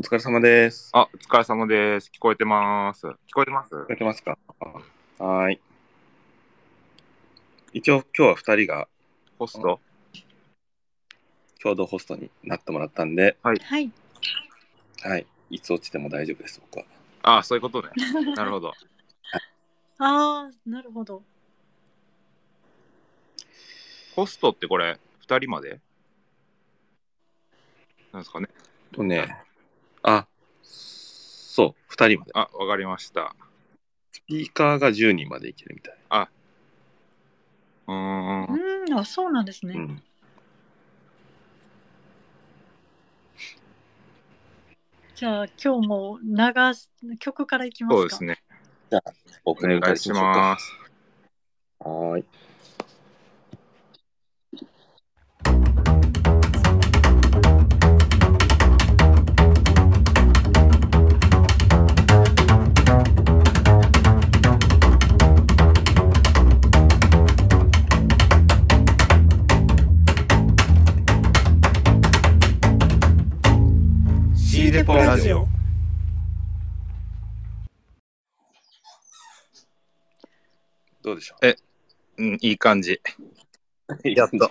疲れ様です。 お疲れ様です。聞こえてます。聞こえてます？ 聞こえてますか？はい。一応今日は2人がホスト？ 共同ホストになってもらったんで、 はい。 はい。 はい。いつ落ちても大丈夫です、僕は。 ああ、そういうことね。なるほど。 ああ、なるほど。 ホストってこれ、2人までなんですかね。 そう、2人まで。 あ、わかりました。 スピーカーが10人までいけるみたい。 あ、 あ、そうなんですね。 うん。 じゃあ今日も曲からいきますか。 そうですね。 じゃあ、オープニングからいきましょうか。 お願いしはーい。 シーデポラジオ。 どうでしょいい感じ。 う？ やっと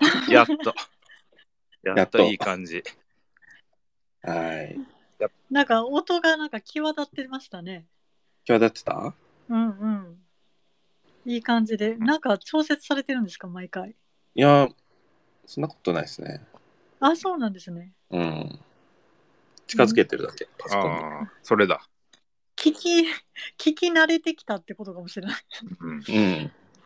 いい感じ。 はい。 なんか音がなんか際立ってましたね。 際立ってた？ うんうん。いい感じで。なんか調節されてるんですか、毎回。 いや、そんなことないですね。 あ、そうなんですね。 うん。近づけてるだけ、パソコンに。 ああ、それだ。 聞き慣れてきたってことかもしれない。 うん。 うん。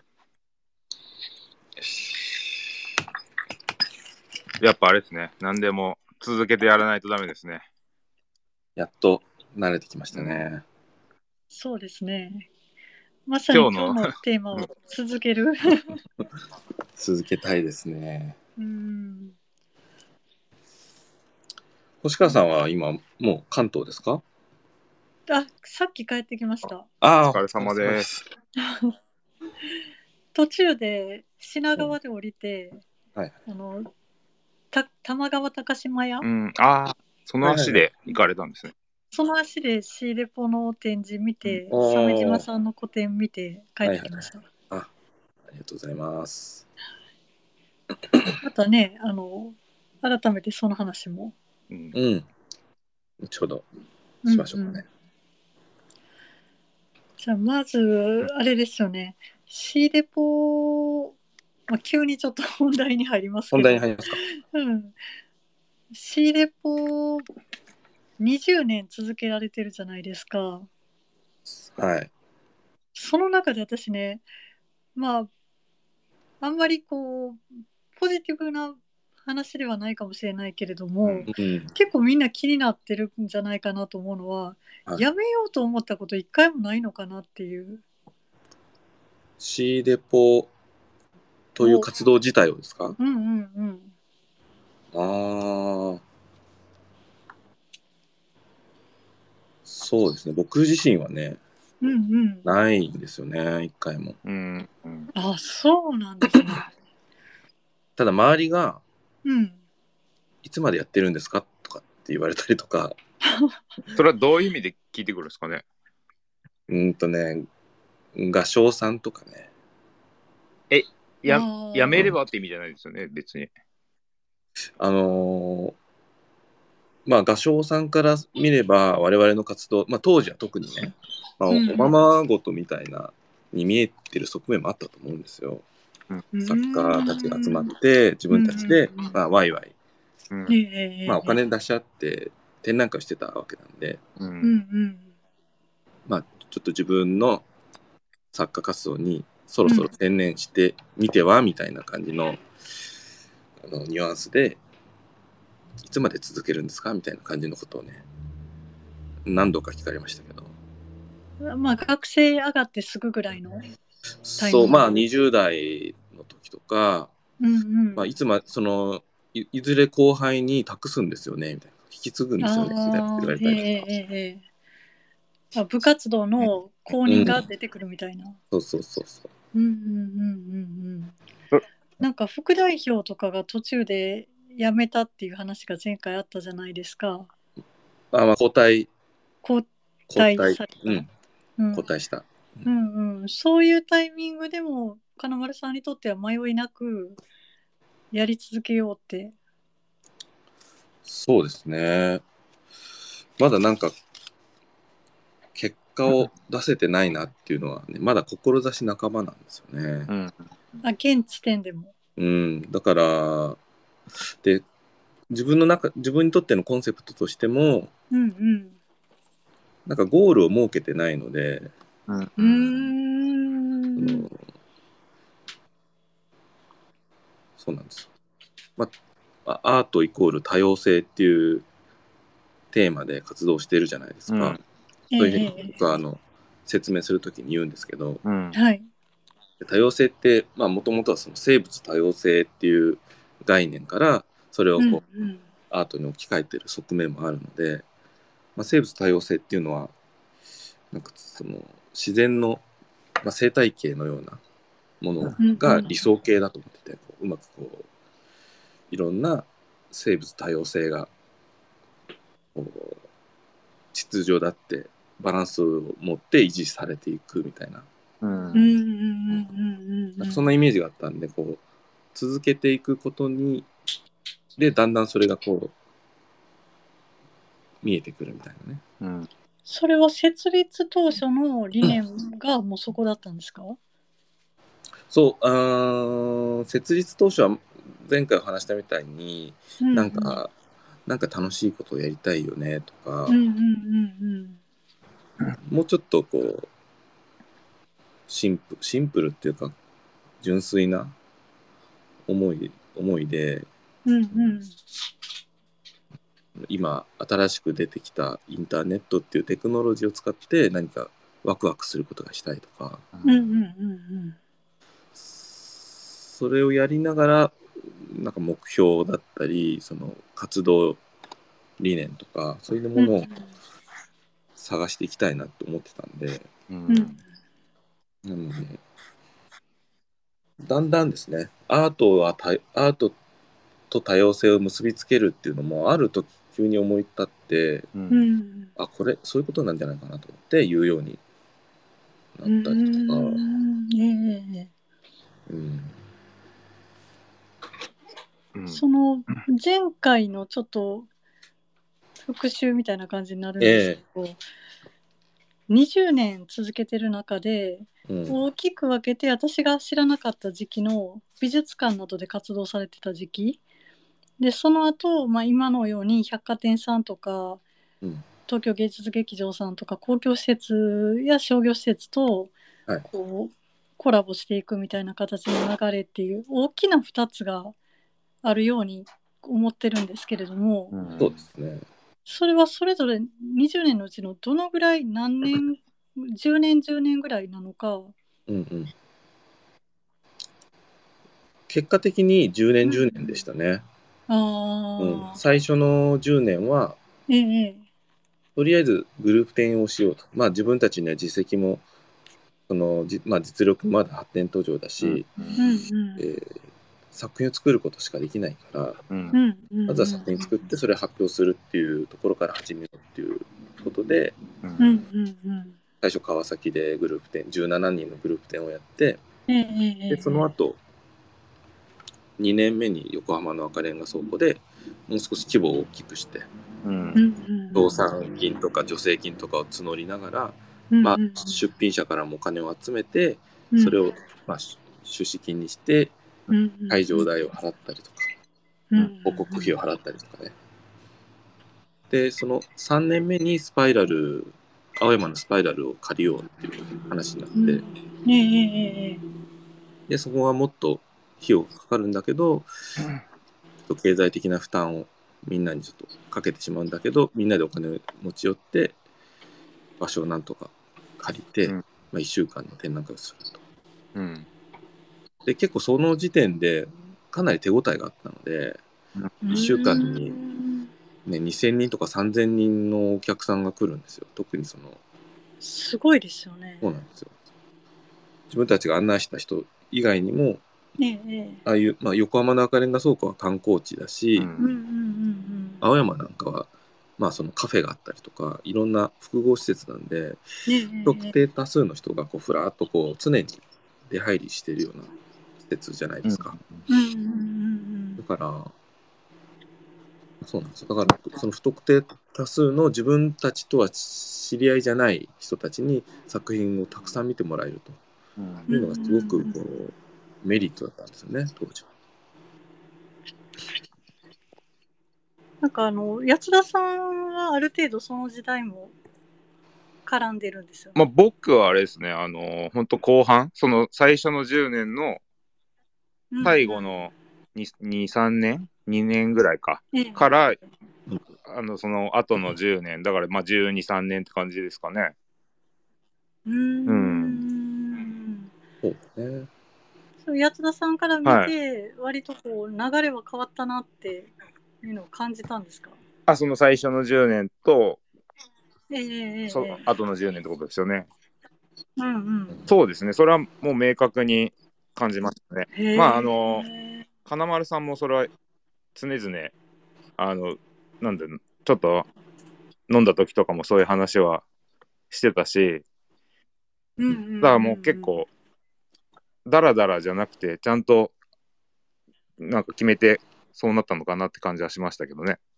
よし。やっぱあれですね。何でも続けてやらないとダメですね。 やっと慣れてきましたね。 そうですね。まさに今日のテーマを続ける。 続けたいですね。 うん。 星川さんは今もう関東ですか？ あ、さっき帰ってきました。 ああ、 お疲れ様です。 途中で品川で降りて、 はい。 玉川高島屋、 ああ、その足で行かれたんですね。 その足でシーレポの展示見て、 おー鮫島さんの個展見て帰ってきました。 ありがとうございます。 またね、改めてその話も。 うん。後ほどしましょうかね。 じゃあまずあれですよね。シーレポ、急にちょっと本題に入りますけど。 本題に入りますか？ シーレポ20年続けられてるじゃないですか。 はい。 その中で私ね、あんまりポジティブな話ではないかもしれないけれども、結構みんな気になってるんじゃないかなと思うのは、やめようと思ったこと一回もないのかなっていう。 シーレポという活動自体をですか？そうですね。僕自身はね、ないんですよね、一回も。 あ、そうなんですね。 ただ周りが、いつまでやってるんですかとかって言われたりとか。 それはどういう意味で聞いてくるんですかね？ 画商さんとかね。 やめればって意味じゃないですよね、別に。 画商さんから見れば我々の活動、当時は特にね、おままごとみたいなに見えてる側面もあったと思うんですよ。作家たちが集まって自分たちでワイワイ、お金出し合って展覧会をしてたわけなんで、ちょっと自分の作家活動にそろそろ専念してみてはみたいな感じの、ニュアンスで、いつまで続けるんですかみたいな感じのことをね、何度か聞かれましたけど。 学生上がってすぐぐらいのタイそう、 ミング。 20代の時とか、いずれ後輩に託すんですよねみたいな、引き継ぐんですよねみたいなこと言われたりとか。 部活動の公認が出てくるみたいな。 そう。 なんか副代表とかが途中で辞めたっていう話が前回あったじゃないですか。 まあ交代交代された。 交代した。 そういうタイミングでも金丸さんにとっては迷いなくやり続けようって。 そうですね。まだなんか結果を出せてないなっていうのはね、まだ志半ばなんですよね。 現時点でも。 だからで自分にとってのコンセプトとしても、なんかゴールを設けてないので、そうなんです。アートイコール多様性っていうテーマで活動してるじゃないですか。そういうふうに僕は説明するときに言うんですけど、多様性ってもともとはその生物多様性っていう概念からそれをアートに置き換えてる側面もあるので、生物多様性っていうのはなんかその自然の、生態系のようなものが理想形だと思ってて、うまくいろんな生物多様性が秩序だってバランスを持って維持されていくみたいな、そんなイメージがあったんで、続けていくことにでだんだんそれが見えてくるみたいなね。 それは設立当初の理念がもうそこだったんですか？ そう、設立当初は前回お話したみたいに、なんか楽しいことをやりたいよねとか、もうちょっとシンプルっていうか純粋な思いで、今新しく出てきたインターネットっていうテクノロジーを使って何かワクワクすることがしたいとか、それをやりながらなんか目標だったりその活動理念とかそういうものを探していきたいなと思ってたんで、なのでだんだんですね、アートと多様性を結びつけるっていうのもある時急に思い立って、これそういうことなんじゃないかなと思って言うようになったりとか。 その前回のちょっと復習みたいな感じになるんですけど、20年続けてる中で、大きく分けて私が知らなかった時期の美術館などで活動されてた時期で、その後、今のように百貨店さんとか、東京芸術劇場さんとか公共施設や商業施設とコラボしていくみたいな形の流れっていう大きな2つがあるように思ってるんですけれども、 そうですね。 それはそれぞれ20年のうちのどのぐらい、何年、10年10年ぐらいなのか。 結果的に10年10年でしたね。最初の10年は、とりあえずグループ展をしようと。自分たちには実績も実力もまだ発展途上だし、作品を作ることしかできないから、まずは作品作ってそれを発表するっていうところから始めようっていうことで、最初川崎でグループ展17人のグループ展をやって、でその後2年目に横浜の赤レンガ倉庫でもう少し規模を大きくして、協賛金とか助成金とかを募りながら、出品者からもお金を集めて、それを出資金にして会場代を払ったりとか、広告費を払ったりとかね。でその3年目に青山のスパイラルを借りようっていう話になって、でそこはもっと費用がかかるんだけど、経済的な負担をみんなにちょっとかけてしまうんだけど、みんなでお金を持ち寄って場所をなんとか借りて、1週間の展覧会をすると。で結構その時点でかなり手応えがあったので、1週間に、2000人とか3000人のお客さんが来るんですよ。特にすごいですよね。 そうなんですよ。自分たちが案内した人以外にも、ああいう、横浜の赤レンガ倉庫は観光地だし、青山なんかはそのカフェがあったりとかいろんな複合施設なんで、不特定多数の人がこうふらっとこう常に出入りしているような施設じゃないですか。だからそうなんですよ。だからその不特定多数の自分たちとは知り合いじゃない人たちに作品をたくさん見てもらえるというのがすごくこうメリットだったんですよね、当時は。 なんか八田さんはある程度その時代も絡んでるんですよね。 僕はあれですね、本当後半、その最初の10年の最後の2、3年 ?2 年ぐらいか。から、その後の10年、だから12、3年って感じですかね。 そうですね。 八田さんから見て、割とこう流れは変わったなっていうのを感じたんですか？ その最初の10年と、後の10年ってことですよね。そうですね。それはもう明確に感じましたね。金丸さんもそれは常々、なんで、ちょっと飲んだ時とかもそういう話はしてたし、だからもう結構、ダラダラじゃなくて、ちゃんと、なんか決めて、そうなったのかなって感じはしましたけどね。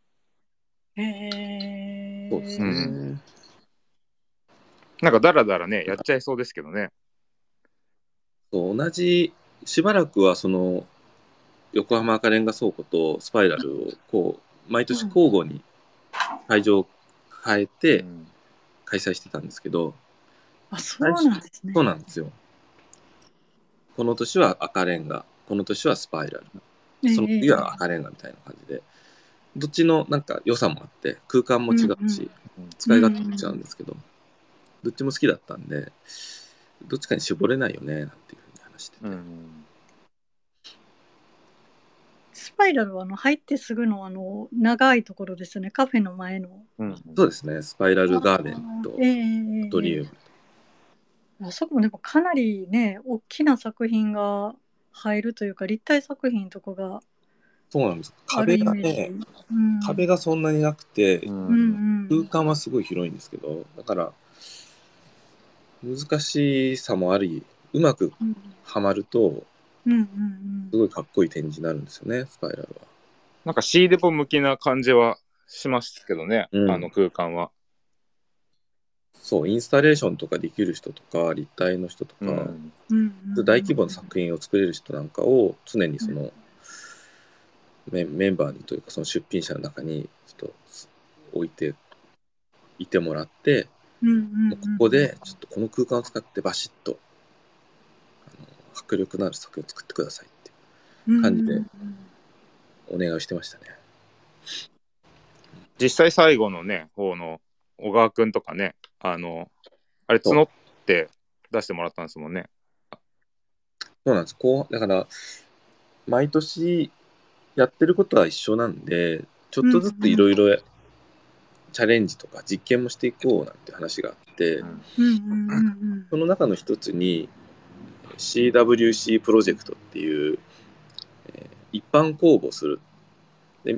そうですね。 なんかダラダラね、やっちゃいそうですけどね。 同じ、しばらくはその、横浜赤レンガ倉庫とスパイラルをこう、毎年交互に会場を変えて開催してたんですけど、 そうなんですね。 そうなんですよ。この年は赤レンガ、この年はスパイラル、その次は赤レンガみたいな感じで、どっちのなんか良さもあって、空間も違うし、使い勝手も違うんですけど、どっちも好きだったんで、どっちかに絞れないよね、なんていうふうに話してて。 スパイラルは入ってすぐの長いところですよね、カフェの前の。 そうですね、スパイラルガーデンとアトリウム。 あそこもでもかなりね、大きな作品が入るというか、立体作品とかがそうなんです。 あるイメージ。 壁がそんなになくて、空間はすごい広いんですけど、だから難しさもあり、うまくはまると、すごいかっこいい展示になるんですよね、スパイラルは。 なんか C デポ向きな感じはしますけどね、あの空間は。 そう、インスタレーションとかできる人とか、立体の人とか、大規模な作品を作れる人なんかを常にその、メンバーにというかその出品者の中にちょっと置いていてもらって、ここでちょっとこの空間を使ってバシッと迫力のある作品を作ってくださいっていう感じでお願いをしてましたね。 実際最後のね方の小川くんとかね、あれ募って出してもらったんですもんね。 そうなんです。だから毎年やってることは一緒なんで、ちょっとずついろいろチャレンジとか実験もしていこうなんて話があって、その中の一つに CWC プロジェクトっていう、一般公募する。で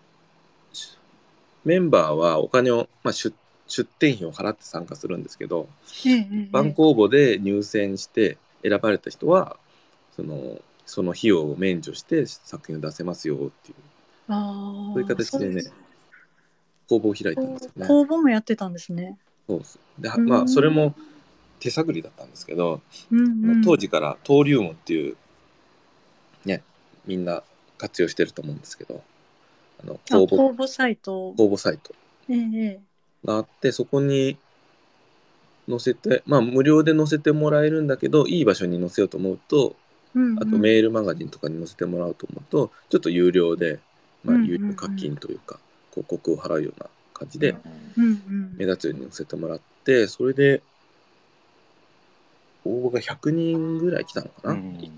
メンバーはお金を、出店費を払って参加するんですけど、一般公募で入選して選ばれた人はその費用を免除して作品を出せますよっていう、そういう形でね、公募を開いたんですよね。 公募もやってたんですね。 そうです。で、それも手探りだったんですけど、当時から登竜門っていうね、みんな活用してると思うんですけど、 公募サイトがあって、そこに載せて、無料で載せてもらえるんだけど、いい場所に載せようと思うと、あとメールマガジンとかに載せてもらおうと思うと、ちょっと有料で、有料課金というか、広告を払うような感じで、目立つように載せてもらって、それで、応募が100人ぐらい来たのかな。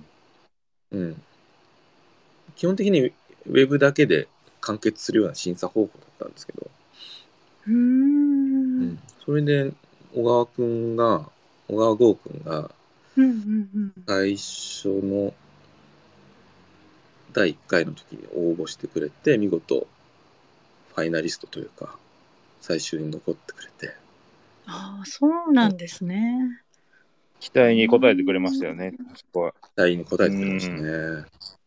基本的にウェブだけで完結するような審査方法だったんですけど、それで小川剛くんが最初の第1回の時に応募してくれて、見事ファイナリストというか最終に残ってくれて。 ああ、そうなんですね。 期待に応えてくれましたよね、そこは。 期待に応えてくれましたね。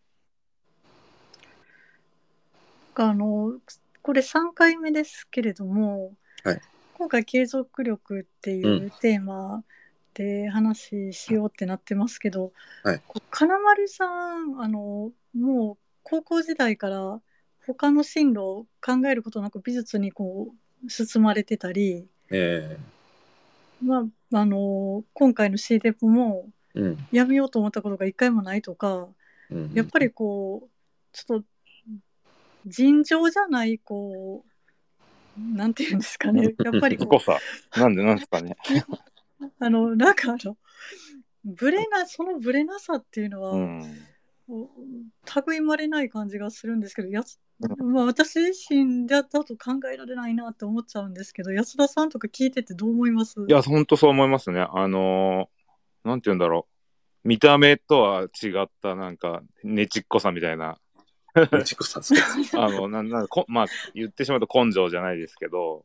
これ3回目ですけれども、 はい、 今回継続力っていうテーマで話しようってなってますけど、 はい、 金丸さんもう高校時代から他の進路を考えることなく美術にこう進まれてたり、まあ、今回の CTEP もやめようと思ったことが一回もないとか、やっぱりこうちょっと尋常じゃないこうなんていうんですかね、やっぱりこうなんですかねなんかそのブレなさっていうのは、類まれない感じがするんですけど、私自身だと考えられないなって思っちゃうんですけど、安田さんとか聞いててどう思います？ いや、本当そう思いますね。なんて言うんだろう。見た目とは違ったなんかねちっこさみたいな。 ねちっこさまあ言ってしまうと根性じゃないですけど。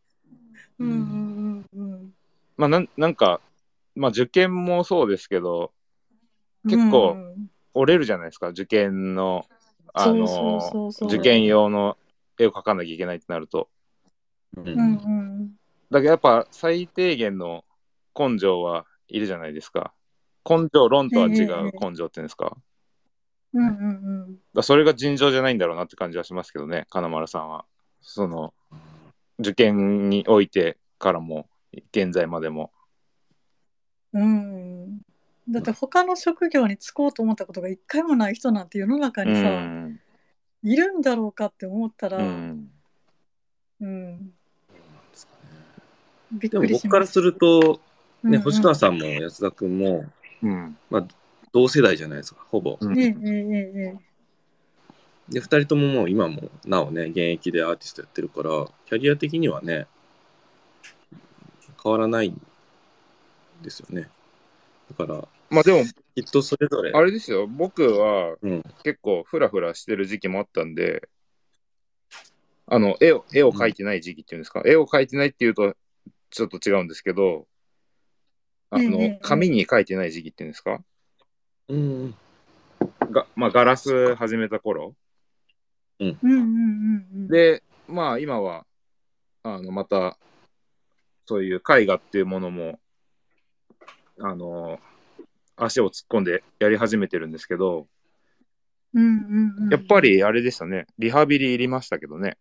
まあなんかまあ受験もそうですけど、結構折れるじゃないですか、受験の受験用の絵を描かなきゃいけないってなると。だけどやっぱ最低限の根性はいるじゃないですか。根性論とは違う根性っていうんですか。それが尋常じゃないんだろうなって感じはしますけどね、金丸さんは。その受験においてからも現在までも。 だって他の職業に就こうと思ったことが一回もない人なんて世の中にさ、いるんだろうかって思ったら、 びっくりします。でも僕からすると、ね、星川さんも安田君も、まあ同世代じゃないですか、ほぼ。で2人とももう今もなおね現役でアーティストやってるから、キャリア的にはね変わらないんですよね。だからまあでもきっとそれぞれあれですよ、僕は結構フラフラしてる時期もあったんで、絵を描いてない時期っていうんですか、絵を描いてないっていうとちょっと違うんですけど、紙に描いてない時期っていうんですか、まあガラス始めた頃、でまあ今はまたそういう絵画っていうものも足を突っ込んでやり始めてるんですけど、やっぱりあれでしたね、リハビリいりましたけどね。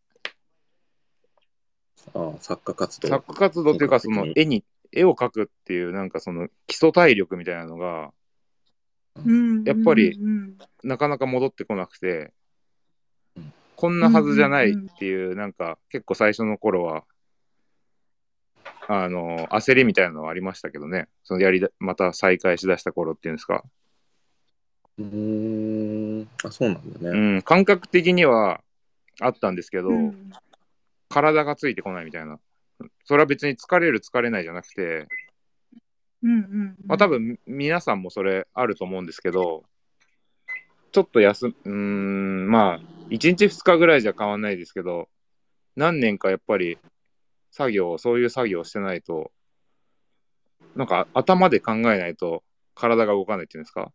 作家活動っていうか、その絵を描くっていうなんかその基礎体力みたいなのがやっぱりなかなか戻ってこなくて、こんなはずじゃないっていうなんか結構最初の頃は焦りみたいなのはありましたけどね、そのまた再開しだした頃っていうんですか。 そうなんだね。 感覚的にはあったんですけど、体がついてこないみたいな。それは別に疲れる疲れないじゃなくて、まあ多分皆さんもそれあると思うんですけど、ちょっとまあ1日2日ぐらいじゃ変わんないですけど、何年かやっぱりそういう作業をしてないと、なんか頭で考えないと体が動かないっていうんですか。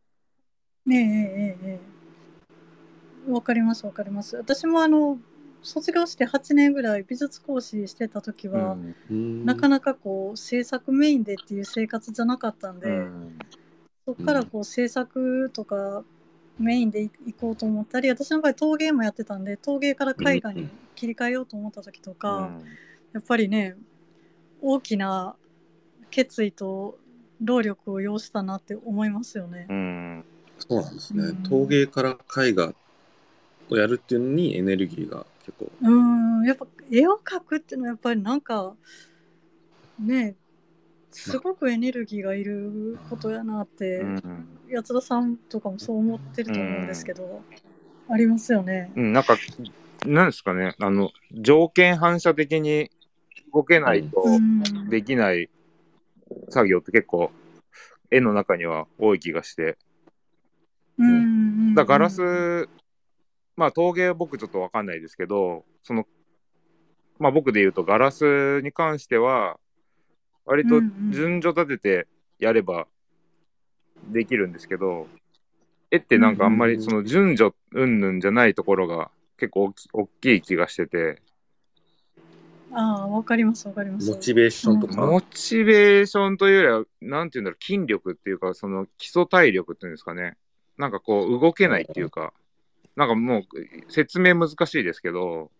わかりますわかります。私も卒業して8年ぐらい美術講師してた時は、なかなかこう制作メインでっていう生活じゃなかったんで、そこからこう制作とかメインで行こうと思ったり、私の場合陶芸もやってたんで、陶芸から絵画に切り替えようと思った時とか、やっぱりね、大きな決意と労力を要したなって思いますよね。 そうなんですね。陶芸から絵画をやるっていうのにエネルギーが結構。 やっぱ絵を描くっていうのはやっぱりなんかね、すごくエネルギーがいることやなって、八田さんとかもそう思ってると思うんですけど、ありますよね。 なんかなんですかね、条件反射的に動けないとできない作業って結構絵の中には多い気がして、ガラス、まあ陶芸は僕ちょっと分かんないですけど、そのまあ僕で言うとガラスに関しては、割と順序立ててやればできるんですけど、絵ってなんかあんまりその順序うんぬんじゃないところが結構大きい気がしてて。 ああ、わかりますわかります。 モチベーションとか、 モチベーションというよりは、なんていうんだろう、筋力っていうか、その基礎体力っていうんですかね。なんかこう動けないっていうか、なんかもう説明難しいですけど、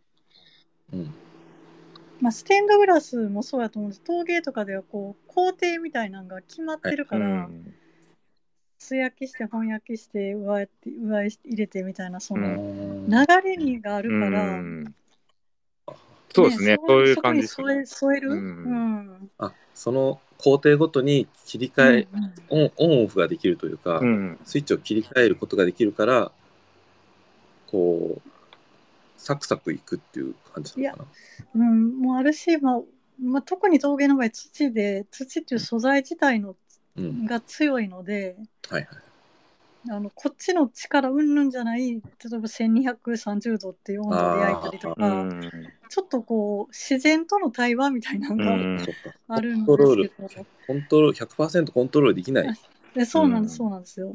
まあ、ステンドグラスもそうやと思うんです。陶芸とかではこう工程みたいなのが決まってるから、素焼きして本焼きして上入れてみたいな、その流れにがあるから、 そうですね、そういうそこに感じですね。 添える、 あ、その工程ごとに切り替え、オンオフができるというか、スイッチを切り替えることができるから、こうサクサクいくっていう感じなのかな。 もうあるし、まあ、特に陶芸の場合土っていう素材自体の、が強いので、こっちの力うんぬんじゃない、例えば1230度っていう温度で焼いたりとか、ちょっとこう自然との対話みたいなのがあるんですけど、 コントロール 100% コントロールできない。 そうなんですそうなんですよ。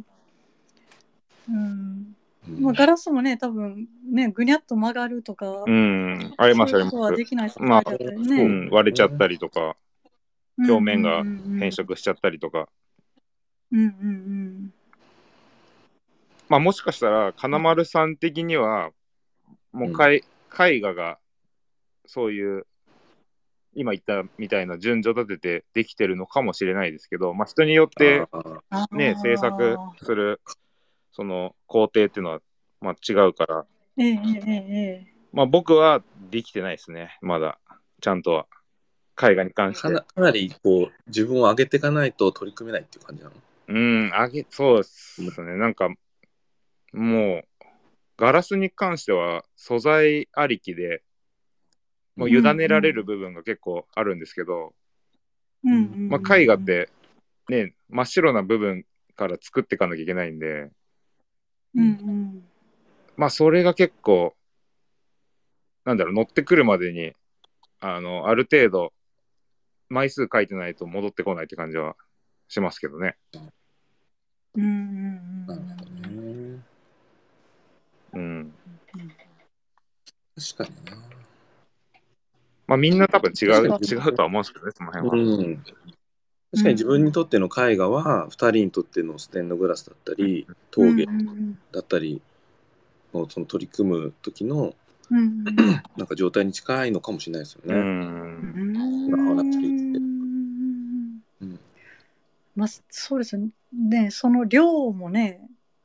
まあ、ガラスもね、多分ね、ぐにゃっと曲がるとか、 ありますあります。 そういうことはできないですまあ、 ね。 割れちゃったりとか、表面が変色しちゃったりとか。まあもしかしたら金丸さん的にはもう絵画がそういう今言ったみたいな順序立ててできてるのかもしれないですけど、まあ人によってね制作するその工程っていうのはまあ違うから、まあ僕はできてないですね、まだちゃんとは絵画に関して。 かなりこう自分を上げていかないと取り組めないっていう感じなの？ そうですね。なんかもうガラスに関しては素材ありきでもう委ねられる部分が結構あるんですけど、まあ絵画ってね真っ白な部分から作っていかなきゃいけないんで、まあそれが結構なんだろう乗ってくるまでにある程度枚数書いてないと戻ってこないって感じはしますけどね。 なるほどね。確かにな。 まあみんな多分違うとは思うんですけどね、その辺は。 確かに自分にとっての絵画は2人にとってのステンドグラスだったり陶芸だったりのその取り組む時のなんか状態に近いのかもしれないですよね。 まあそうですね。その量もね、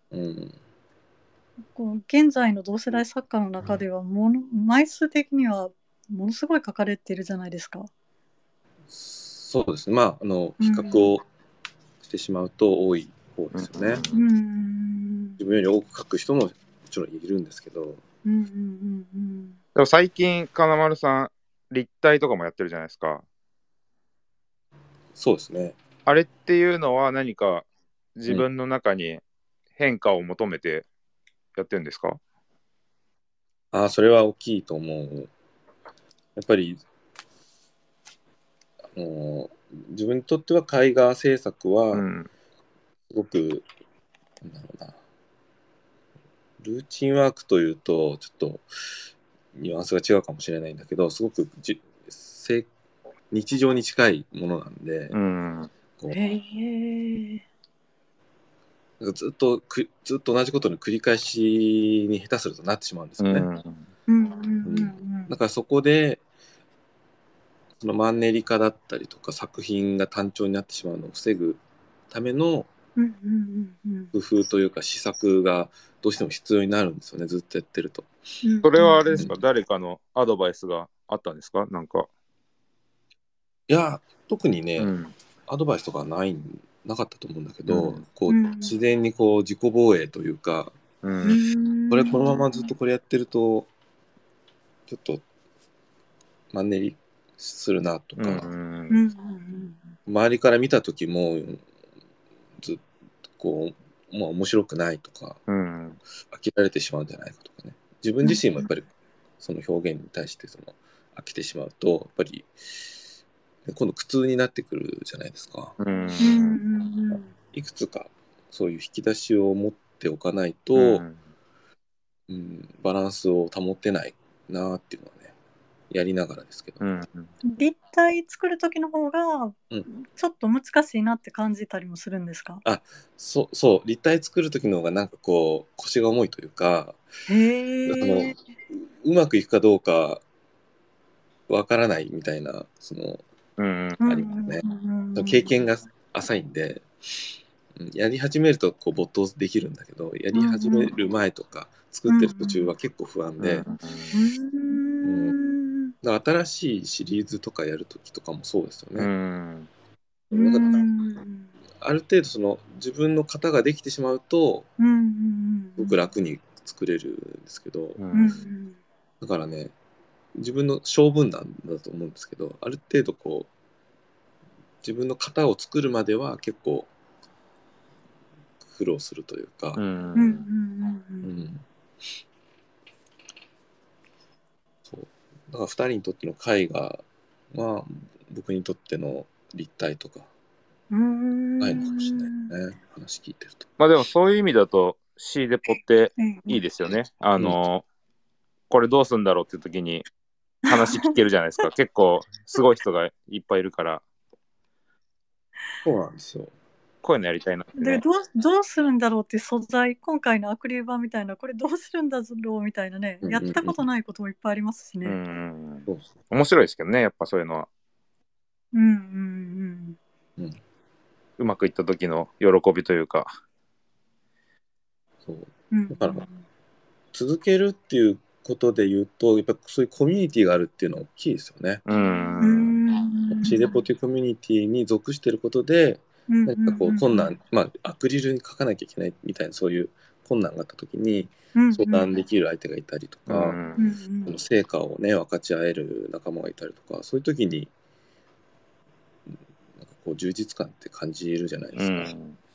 こう現在の同世代作家の中では枚数的にはものすごい書かれてるじゃないですか。 そうですね。まあ比較をしてしまうと多い方ですよね。自分より多く書く人ももちろんいるんですけど。 でも最近金丸さん立体とかもやってるじゃないですか。 そうですね。 あれっていうのは何か自分の中に変化を求めてやってるんですか？ それは大きいと思う。やっぱり自分にとっては絵画制作はすごく、なんだろうな、ルーチンワークというとちょっとニュアンスが違うかもしれないんだけど、すごく日常に近いものなんで、ずっと同じことの繰り返しに下手するとなってしまうんですよね。だからそこでそのマンネリ化だったりとか作品が単調になってしまうのを防ぐための工夫というか施策がどうしても必要になるんですよね、ずっとやってると。 それはあれですか、誰かのアドバイスがあったんですか？なんか。 いや、特にね、アドバイスとかはなかったと思うんだけど、こう自然にこう自己防衛というか、このままずっとこれやってるとちょっとマンネリするなとか、周りから見た時もずっとこうもう面白くないとか、飽きられてしまうんじゃないかとかね。自分自身もやっぱりその表現に対してその飽きてしまうとやっぱり今度苦痛になってくるじゃないですか。いくつかそういう引き出しを持っておかないと、バランスを保てないなっていうのはね、やりながらですけど、 立体作る時の方がちょっと難しいなって感じたりもするんですか？ そう立体作る時の方がなんかこう腰が重いというか、うまくいくかどうかわからないみたいなありますね。経験が浅いんで、やり始めるとこう没頭できるんだけど、やり始める前とか作ってる途中は結構不安で、だから新しいシリーズとかやる時とかもそうですよね。ある程度自分の型ができてしまうとすごく楽に作れるんですけど、だからね、自分の性分なんだと思うんですけど、ある程度こう自分の型を作るまでは結構苦労するというか、そうだから2人にとっての絵画は僕にとっての立体とかないのかもしれないね、話聞いてると。 まあでもそういう意味だと C デポっていいですよね。これどうするんだろうっていう時に話聞けるじゃないですか。結構すごい人がいっぱいいるから。 そうなんですよ。 こういうのやりたいなって、ね、 でどうするんだろうって素材、今回のアクリル板みたいな、これどうするんだろうみたいなね、やったことないこともいっぱいありますしね。 面白いですけどね、やっぱそういうのは。うまくいった時の喜びというか。 そうだから続けるっていうことで言うと、やっぱそういうコミュニティがあるっていうのは大きいですよね。Cデポっていうコミュニティに属していることで、何かこう困難、アクリルに書かなきゃいけないみたいなそういう困難があった時に相談できる相手がいたりとか、その成果をね分かち合える仲間がいたりとか、そういう時になんかこう充実感って感じるじゃないですか。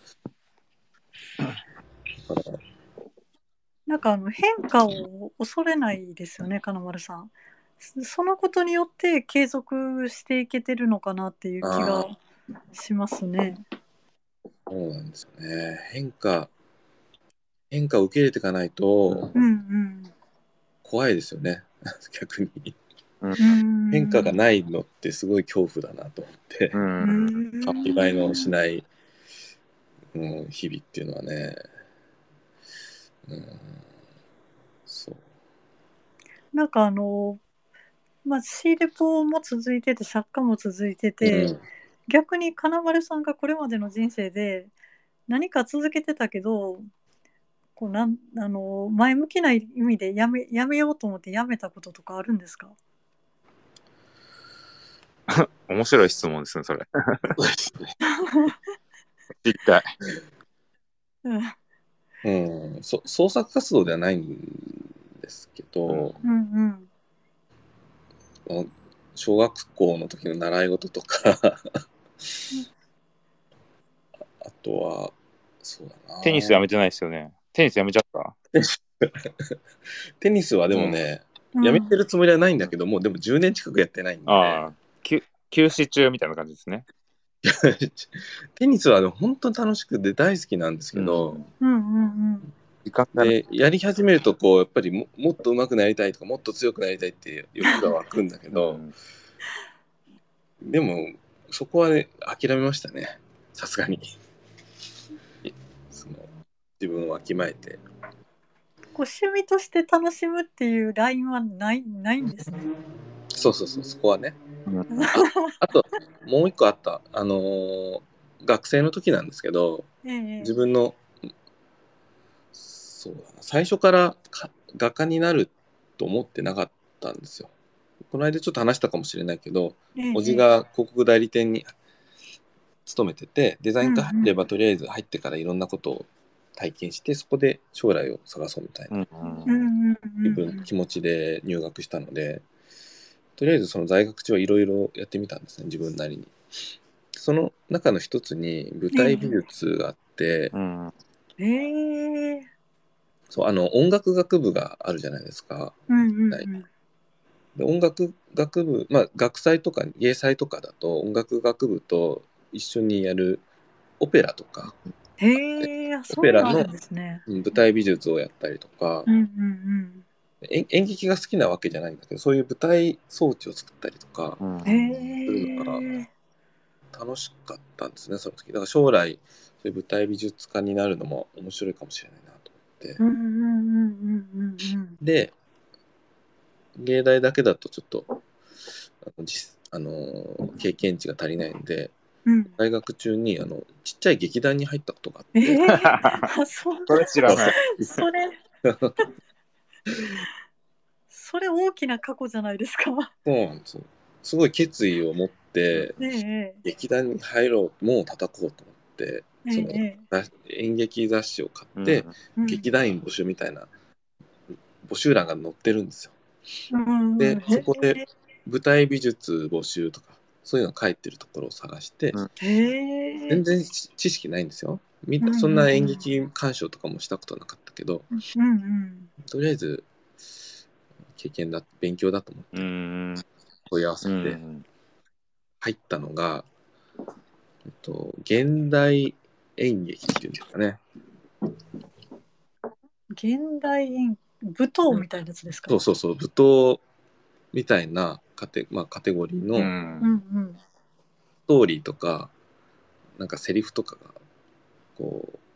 だからなんか変化を恐れないですよね、金丸さん。そのことによって継続していけてるのかなっていう気がしますね。 そうなんですよね。変化を受け入れていかないと怖いですよね、逆に。変化がないのってすごい恐怖だなと思って、変わり映えのしない、日々っていうのはね、そうなんかCデポも続いてて作家も続いてて、逆に金丸さんがこれまでの人生で何か続けてたけどこう前向きな意味でやめようと思ってやめたこととかあるんですか？ 面白い質問ですね、それ。知りたい。 創作活動ではないんですけど、小学校の時の習い事とかあとはそうだな、 テニスやめてないですよね。テニスやめちゃった？ テニスはでもね、やめてるつもりはないんだけども、でも10年近くやってないんで、 休止中みたいな感じですね。 テニスは本当に楽しくて大好きなんですけど、でやり始めるとこうやっぱりもっと上手くなりたいとかもっと強くなりたいって欲が湧くんだけど、でもそこはね諦めましたね、さすがに。自分をわきまえて趣味として楽しむっていうラインはないんですね。 そうそこはね。あともう一個あった、学生の時なんですけど、自分のそうだな、最初から画家になると思ってなかったんですよ。この間ちょっと話したかもしれないけど、おじが広告代理店に勤めてて、デザイン科入ればとりあえず入ってからいろんなことを体験して、そこで将来を探そうみたいな気持ちで入学したので、とりあえずその在学中はいろいろやってみたんですね、自分なりに。その中の一つに舞台美術があって、そう音楽学部があるじゃないですか。 で音楽学部、学祭とか芸祭とかだと音楽学部と一緒にやるオペラとか、オペラの舞台美術をやったりとか、演劇が好きなわけじゃないんだけど、そういう舞台装置を作ったりとかするのが楽しかったんですね、その時。だから将来そういう舞台美術家になるのも面白いかもしれないなと思って。で、芸大だけだとちょっと経験値が足りないんで、大学中にちっちゃい劇団に入ったことがあって。 それ知らない。 それ大きな過去じゃないですか。 そうなんですよ。すごい決意を持って、劇団に入ろう、もう叩こうと思って、その演劇雑誌を買って、劇団員募集みたいな募集欄が載ってるんですよ。で、そこで舞台美術募集とか、そういうの書いてるところを探して、全然知識ないんですよ。そんな演劇鑑賞とかもしたことなかったけど、とりあえず勉強だと思って問い合わせて入ったのが、現代演劇っていうんですかね。 現代演舞踏みたいなやつですか？ そう舞踏みたいなカテゴリーのストーリーとかなんかセリフとかがこう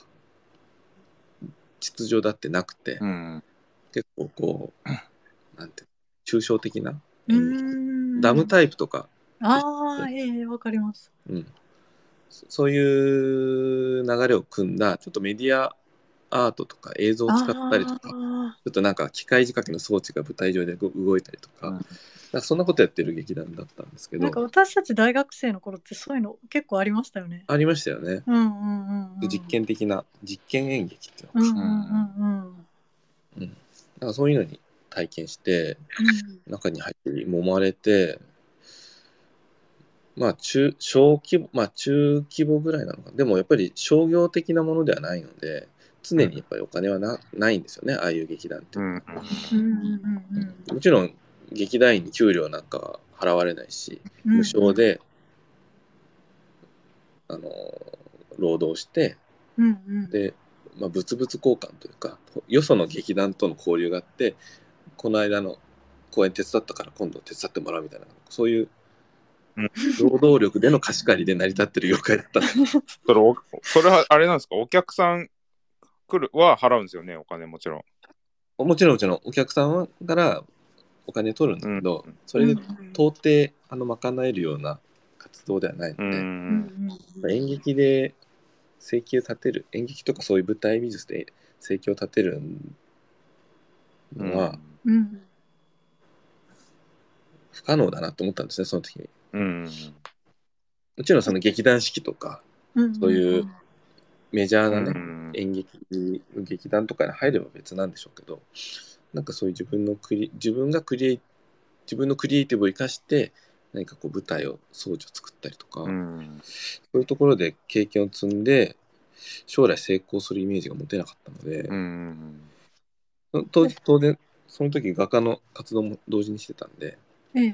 秩序だってなくて、結構こうなんて抽象的なダムタイプとか、 わかります。 そういう流れを組んだちょっとメディアアートとか映像を使ったりとか、ちょっとなんか機械仕掛けの装置が舞台上で動いたりとか、なんかそんなことやってる劇団だったんですけど、 なんか私たち大学生の頃ってそういうの結構ありましたよね。 ありましたよね。実験的な実験演劇っていうのか、なんかそういうのに体験して、中に入って揉まれて、中規模ぐらいなのか。でもやっぱり商業的なものではないので、常にやっぱりお金はないんですよね、ああいう劇団って。もちろん劇団員に給料なんかは払われないし、無償で労働して、で、物々交換というか、よその劇団との交流があって、この間の公演手伝ったから今度手伝ってもらうみたいな、そういう労働力での貸し借りで成り立ってる業界だったんです。 それはあれなんですか？お客さんは払うんですよね、お金。もちろんお客さんからお金取るんだけど、それで到底賄えるような活動ではないので、演劇で生計を立てる、演劇とかそういう舞台美術で生計を立てるのは不可能だなと思ったんですね、その時に。もちろんその劇団四季とか、そういうメジャーなね、演劇の劇団とかに入れば別なんでしょうけど、なんかそういう自分のクリエイティブを生かして何かこう舞台を装置を作ったりとか、そういうところで経験を積んで将来成功するイメージが持てなかったので、当然その時画家の活動も同時にしてたんで、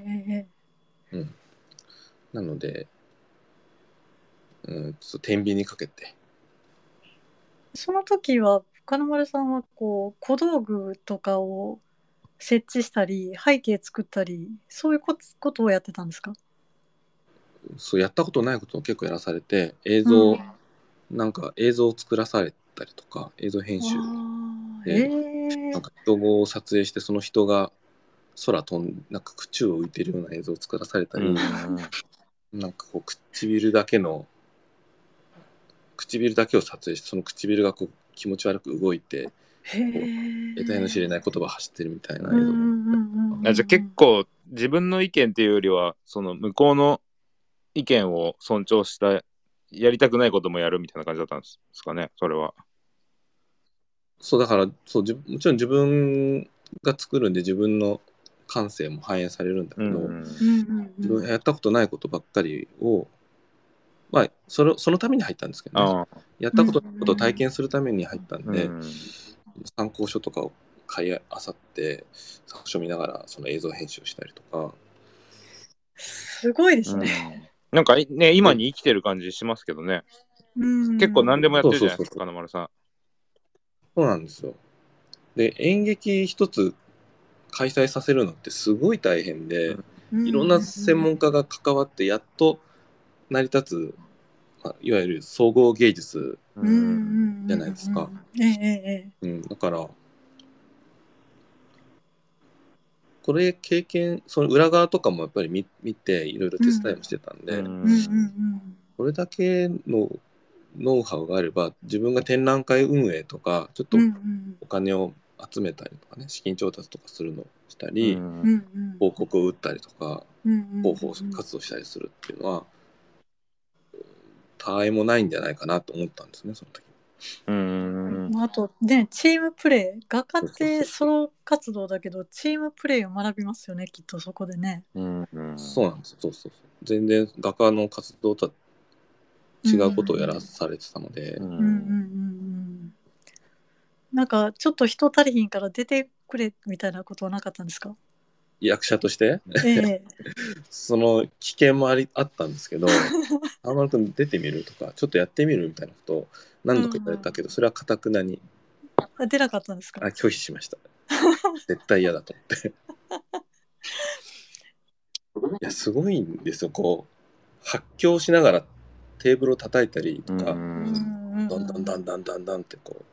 なのでちょっと天秤にかけて。 その時は金丸さんはこう小道具とかを設置したり背景作ったりそういうことをやってたんですか？ そうやったことないことを結構やらされて、なんか映像を作らされたりとか、映像編集で、なんか人を撮影してその人がなんか宙を浮いてるような映像を作らされたり、なんかこう唇だけを撮影して、その唇がこう気持ち悪く動いて、得体の知れない言葉走ってるみたいな映像。じゃあ結構自分の意見っていうよりは、その向こうの意見を尊重したやりたくないこともやるみたいな感じだったんですかね、それは。 そうだからもちろん自分が作るんで自分の感性も反映されるんだけど、自分がやったことないことばっかりをそのために入ったんですけどね、やったことを体験するために入ったんで、参考書とかを買いあさって作品を見ながらその映像編集をしたりとか。 すごいですね。 なんかね、今に生きてる感じしますけどね。結構何でもやってるじゃないですか、金丸さん。 そうなんですよ。で、演劇一つ開催させるのってすごい大変で、いろんな専門家が関わってやっと成り立つ、いわゆる総合芸術じゃないですか。だからこれ経験、その裏側とかもやっぱり見ていろいろ手伝いもしてたんで、これだけのノウハウがあれば自分が展覧会運営とかちょっとお金を集めたりとかね、資金調達とかするのをしたり、広告を打ったりとか、広報活動したりするっていうのは他愛もないんじゃないかなと思ったんですね、その時。 あとね、チームプレー、画家ってソロ活動だけどチームプレーを学びますよね、きっとそこでね。 そうなんですよ。そう全然画家の活動とは違うことをやらされてたので、 なんかちょっと人足りひんから出てくれみたいなことはなかったんですか？ 役者として、その危険もあったんですけど「花丸君出てみる?」とか「ちょっとやってみる?」みたいなことを何度か言われたけど、それは頑くなに出なかったんですか？ 拒否しました。絶対嫌だと思っていやすごいんですよ。こう発狂しながらテーブルを叩いたりとか、だんだんだんだんだんだんってこ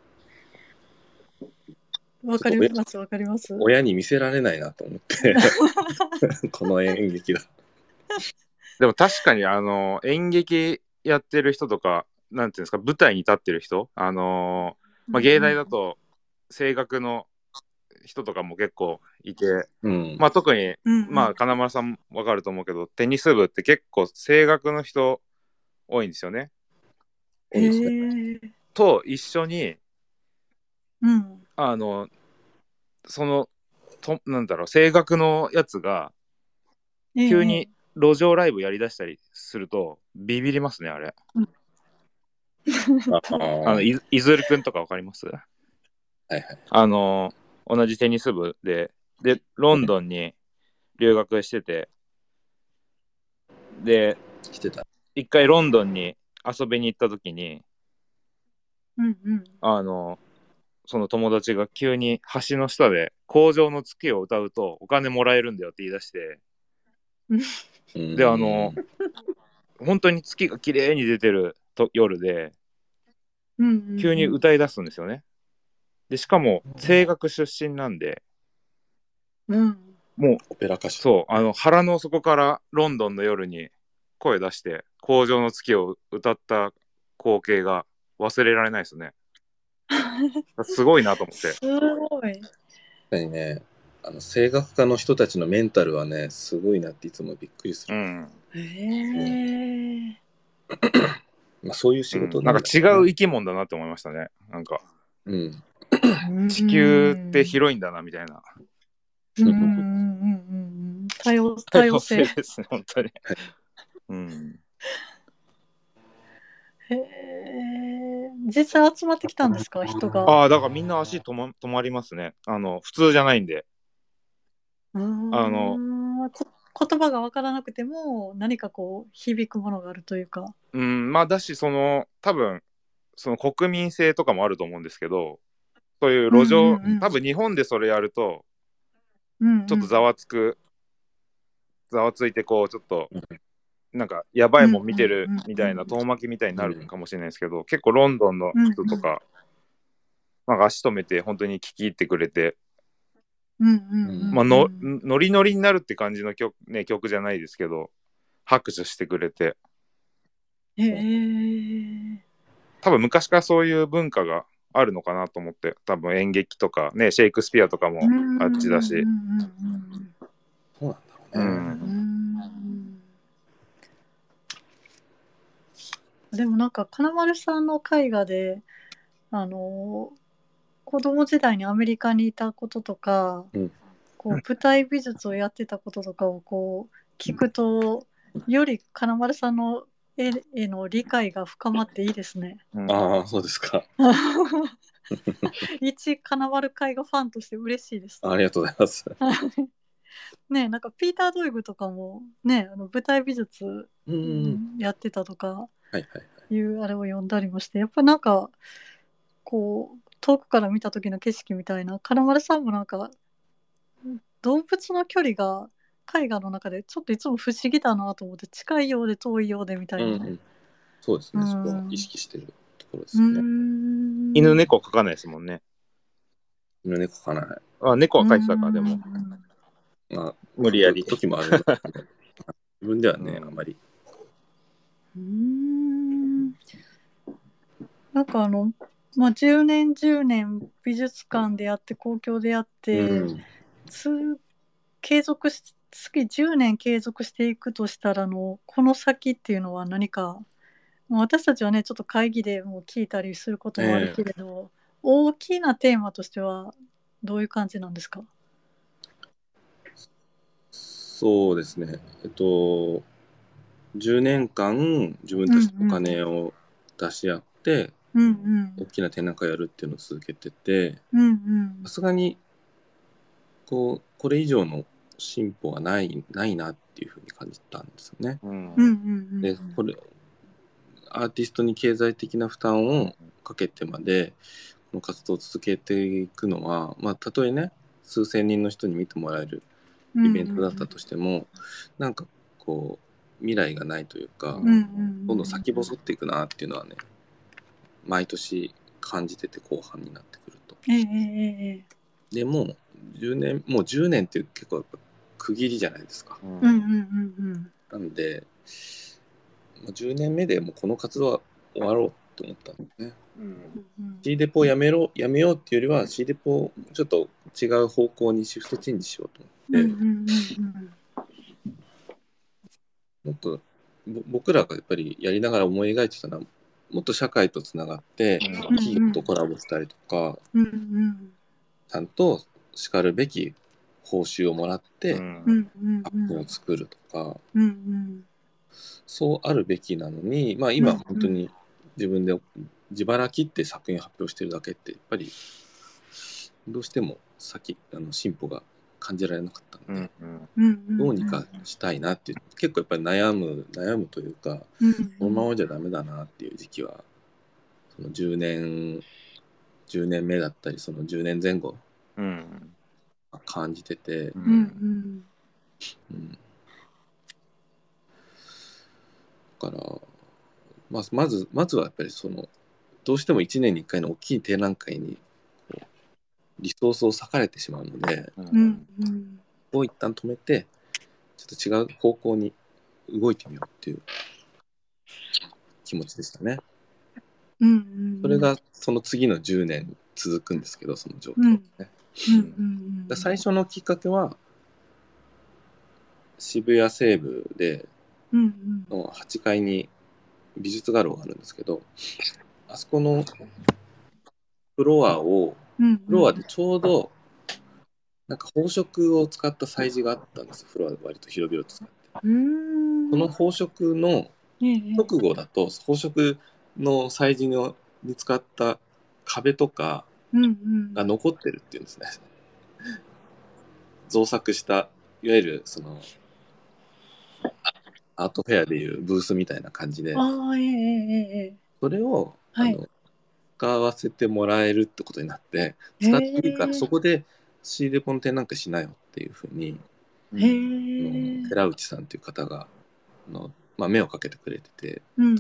う、わかりますわかります。 親に見せられないなと思ってこの演劇だ。 でも確かに演劇やってる人とか、なんていうんですか、舞台に立ってる人、芸大だと声楽の人とかも結構いて、特に、金丸さんわかると思うけど、テニス部って結構声楽の人多いんですよね。と一緒に、そのなんだろう、声楽のやつが急に路上ライブやりだしたりするとビビりますね、あれ。いずるくんとかわかります？ はいはい。 同じテニス部でロンドンに留学してて、で一回ロンドンに遊びに行った時に、その友達が急に橋の下で工場の月を歌うとお金もらえるんだよって言い出して、で本当に月が綺麗に出てる夜で急に歌い出すんですよね。でしかも声楽出身なんで、もうオペラ歌手。 そう腹の底からロンドンの夜に声出して工場の月を歌った光景が忘れられないですね。すごいなと思って。 すごい。 確かにね、声楽家の人たちのメンタルはね、すごいなっていつもびっくりする。そういう仕事なんか違う生き物だなって思いましたね。なんか、地球って広いんだなみたいな。 多様性ですね、本当に。 実際集まってきたんですか、人が。 だからみんな足止まりますね。普通じゃないんで。 言葉が分からなくても何かこう響くものがあるというか。 だし多分その国民性とかもあると思うんですけど、そういう路上、多分日本でそれやるとちょっとざわついてこうちょっとなんかやばいもん見てるみたいな遠巻きみたいになるかもしれないですけど、結構ロンドンの人とかなんか足止めて本当に聞き入ってくれて、ノリノリになるって感じの曲じゃないですけど拍手してくれて、多分昔からそういう文化があるのかなと思って、多分演劇とかね、シェイクスピアとかもあっちだし、 そうなんだろうね。 でもなんか金丸さんの絵画で子供時代にアメリカにいたこととか、こう舞台美術をやってたこととかをこう聞くと、より金丸さんの絵の理解が深まっていいですね。 ああ、そうですか。 一金丸絵画ファンとして嬉しいです。 ありがとうございます。 ね、なんかピーター・ドイグとかもね、舞台美術やってたとかいうあれを読んだりもして、やっぱなんかこう遠くから見た時の景色みたいな、金丸さんもなんか動物の距離が絵画の中でちょっといつも不思議だなと思って、近いようで遠いようでみたいな、 そうですね、そこは意識してるところですね。 犬猫描かないですもんね。 犬猫描かない。 あ、猫は描いてたか、でも。無理やり。 時もある自分ではね、あんまり。 なんか10年10年美術館でやって公共でやって、継続し月10年継続していくとしたらこの先っていうのは何か、私たちはねちょっと会議でも聞いたりすることもあるけれど、大きなテーマとしてはどういう感じなんですか？ そうですね、10年間自分たちお金を出し合って、大きな展覧会やるっていうのを続けてて、さすがにこれ以上の進歩はないなっていうふうに感じたんですよね。でこれアーティストに経済的な負担をかけてまでこの活動を続けていくのは、たとえね数千人の人に見てもらえるイベントだったとしても、なんかこう未来がないというか、どんどん先細っていくなっていうのはね毎年感じてて、後半になってくると。でもう10年っていう結構やっぱ区切りじゃないですか。なんで10年目でもうこの活動は終わろうと思ったんですね。C デポをやめようっていうよりは C デポをちょっと違う方向にシフトチェンジしようと思って、もっと僕らがやっぱりやりながら思い描いてたのは、もっと社会とつながって企業とコラボしたりとか、ちゃんとしかるべき報酬をもらって作品を作るとか、そうあるべきなのに、今本当に自分で自腹切って作品発表してるだけって、やっぱりどうしても進歩が感じられなかったので、どうにかしたいなっていう、結構やっぱり悩むというか、このままじゃダメだなっていう時期はその10年目だったり、その10年前後感じてて、だからまずはやっぱりどうしても1年に1回の大きい展覧会にリソースを割かれてしまうので、こを一旦止めてちょっと違う方向に動いてみようっていう気持ちでしたね。それがその次の10年続くんですけど、その状況ね。最初のきっかけは渋谷西部での8階に美術画廊があるんですけど、あそこのフロアでちょうどなんか宝飾を使った催事があったんですよ。フロアで割と広々と使って。その宝飾の直後だと、宝飾の催事に使った壁とかが残ってるっていうんですね。造作したいわゆるそのアートフェアでいうブースみたいな感じで、それを使わせてもらえるってことになって、使っていいからそこで C デポの展覧会しなよっていうふうに寺内さんっていう方が目をかけてくれてて、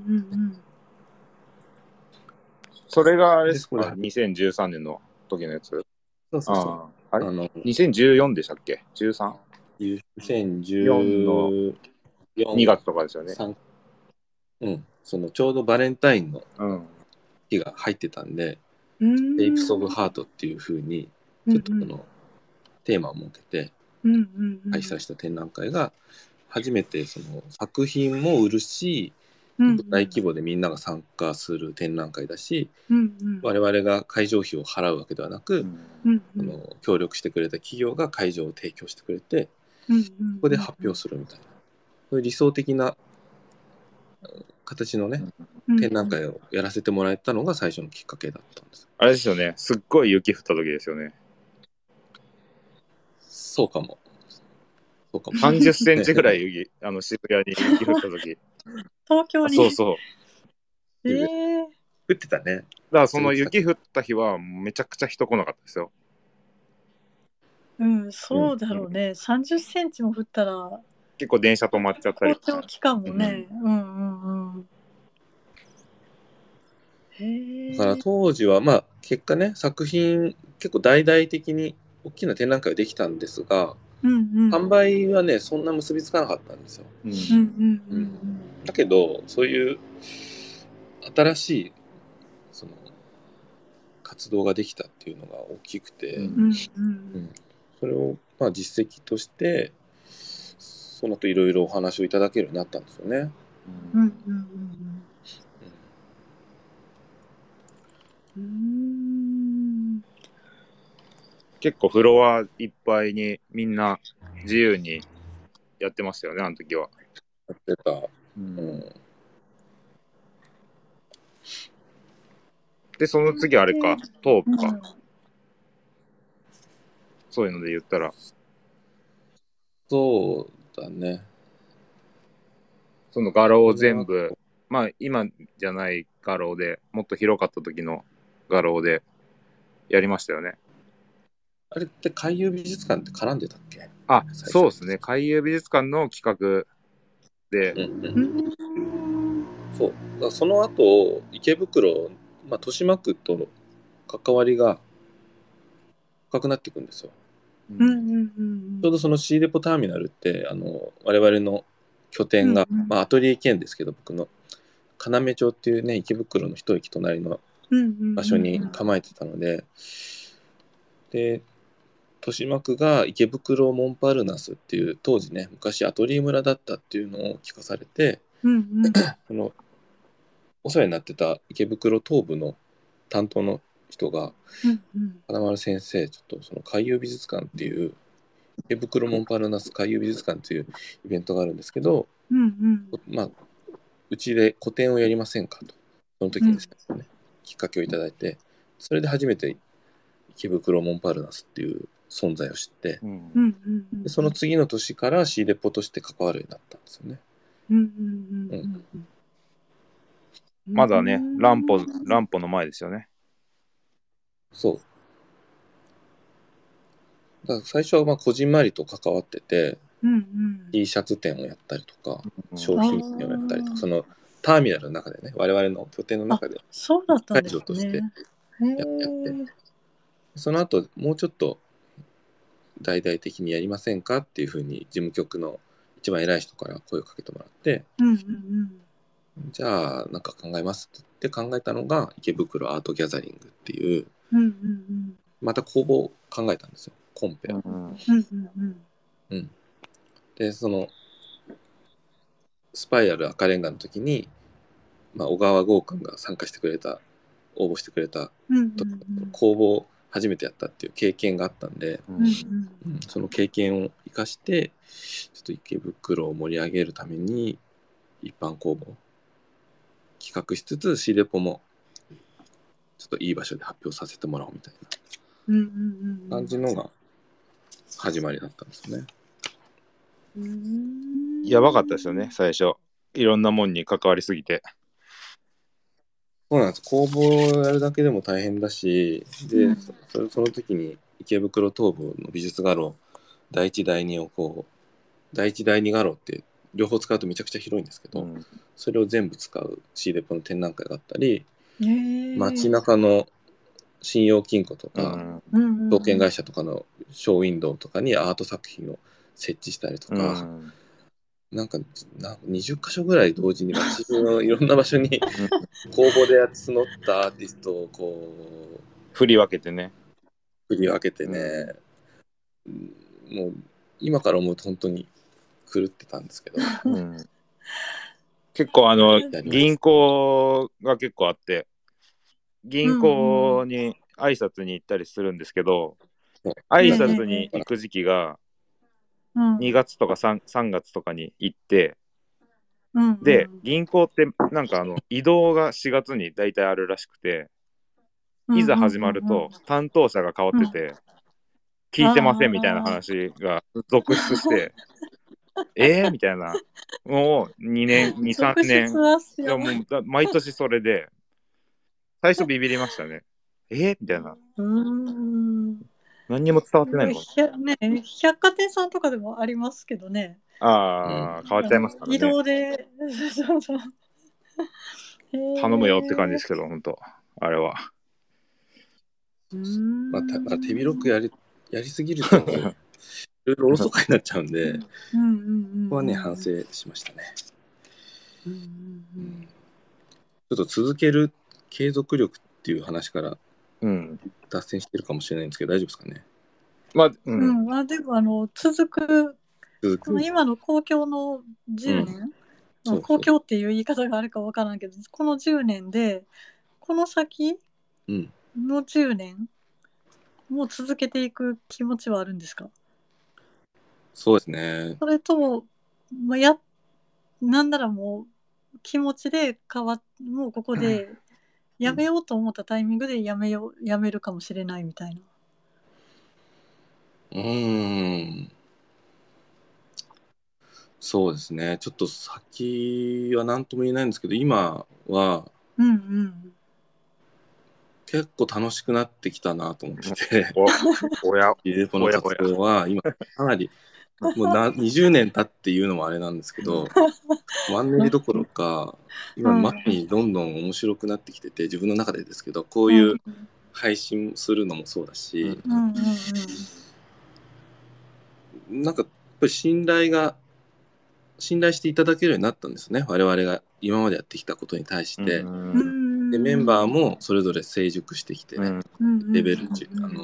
それがあれですか、2013年の時のやつ。 そうあれ2014でしたっけ？ 13？ 2014の 2月とかですよね。 そのちょうどバレンタインの日が入ってたんで、シェイプスオブハートっていうふうにちょっとこのテーマを設けて開催した展覧会が初めて、その作品も売るし、大規模でみんなが参加する展覧会だし、我々が会場費を払うわけではなく、協力してくれた企業が会場を提供してくれて、ここで発表するみたいな、そういう理想的な形のね、展覧会をやらせてもらえたのが最初のきっかけだったんです。 あれですよね、すっごい雪降った時ですよね。 そうかも。そうかも。 30センチぐらい雪、渋谷に雪降った時。 東京に。 そうそう。 降ってたね。 だからその雪降った日はめちゃくちゃ人来なかったですよ。 うん、そうだろうね。30センチも降ったら。 結構電車止まっちゃったり。 公共機関もね。 だから当時はまあ結果ね、作品結構大々的に大きな展覧会ができたんですが、販売はねそんな結びつかなかったんですよ。だけどそういう新しいその活動ができたっていうのが大きくて、それをまあ実績としてその後いろいろお話をいただけるようになったんですよね。 結構フロアいっぱいにみんな自由にやってましたよね、あの時は。 やってた。 で、その次あれか、トープか。そういうので言ったら。 そうだね。 その画廊を全部、まあ今じゃない画廊で、もっと広かった時の画廊でやりましたよね。 あれって海遊美術館って絡んでたっけ？ あ、そうですね。海遊美術館の企画で。 そう。だからその後、池袋、まあ、豊島区との関わりが深くなっていくんですよ。ちょうどその C デポターミナルって、我々の拠点が、まあ、アトリエ兼ですけど、僕の要町っていうね、池袋の一駅隣の場所に構えてたので、で、豊島区が池袋モンパルナスっていう当時ね昔アトリエ村だったっていうのを聞かされて、このお世話になってた池袋東部の担当の人が金丸先生ちょっとその海遊美術館っていう池袋モンパルナス海遊美術館っていうイベントがあるんですけど、まあうちで個展をやりませんかとその時にですね、きっかけをいただいてそれで初めて池袋モンパルナスっていう存在を知って、でその次の年から C デポとして関わるようになったんですよね。 まだね、乱歩の前ですよね。 そう。だから最初はまあこじんまりと関わってて、T シャツ店をやったりとか、商品店をやったりとか、そのターミナルの中でね、我々の拠点の中で会場としてやって、その後もうちょっと大々的にやりませんかっていうふうに事務局の一番偉い人から声をかけてもらって、じゃあなんか考えますって考えたのが池袋アートギャザリングっていう、また工房を考えたんですよ、コンペを。でそのスパイラル赤レンガの時に、まあ、小川剛君が参加してくれた応募してくれた、工房を初めてやったっていう経験があったんで、その経験を生かしてちょっと池袋を盛り上げるために一般公募企画しつつ C デポもちょっといい場所で発表させてもらおうみたいな感じのが始まりだったんですね。 やばかったですよね、最初。いろんなもんに関わりすぎて。 そうなんです。工房をやるだけでも大変だし、で、その時に池袋東部の美術画廊第一第二を第一第二画廊って両方使うとめちゃくちゃ広いんですけど、それを全部使う C デポの展覧会があったり、街中の信用金庫とか、証券会社とかのショーウィンドウとかにアート作品を設置したりとか、なんか20箇所ぐらい同時に街のいろんな場所に公募で募ったアーティストを振り分けてね、 もう今から思うと本当に狂ってたんですけど、 結構銀行が結構あって銀行に挨拶に行ったりするんですけど、挨拶に行く時期が2月とか 3月とかに行って、 で、銀行ってなんか移動が4月に大体あるらしくて、いざ始まると担当者が変わってて、聞いてませんみたいな話が続出して、みたいな。もう2年、2、3年。いやもう毎年それで、最初ビビりましたね。みたいな。何にも伝わってないのかな。ね、百貨店さんとかでもありますけどね。 変わっちゃいますからね。 移動で、そうそう。 頼むよって感じですけど、本当あれは。 まあ、手広くやりすぎると、いろいろおろそかになっちゃうんで、ここはね、反省しましたね。ちょっと続ける継続力っていう話から脱線してるかもしれないんですけど、大丈夫ですかね。 まあ、でも続くこの今の公共の10年、公共っていう言い方があるかわからんけど、この10年でこの先の10年もう続けていく気持ちはあるんですか？ そうですね。 それとも、なんならもう気持ちでもうここでやめようと思ったタイミングでやめるかもしれないみたいな。 そうですね。ちょっと先は何とも言えないんですけど、今は結構楽しくなってきたなと思ってて、ゆでぽの活動は今かなりもう20年経っていうのもあれなんですけど、マンネリどころか今前にどんどん面白くなってきてて、自分の中でですけど、こういう配信するのもそうだし、なんかやっぱり信頼していただけるようになったんですね。我々が今までやってきたことに対して。でメンバーもそれぞれ成熟してきてね、レベル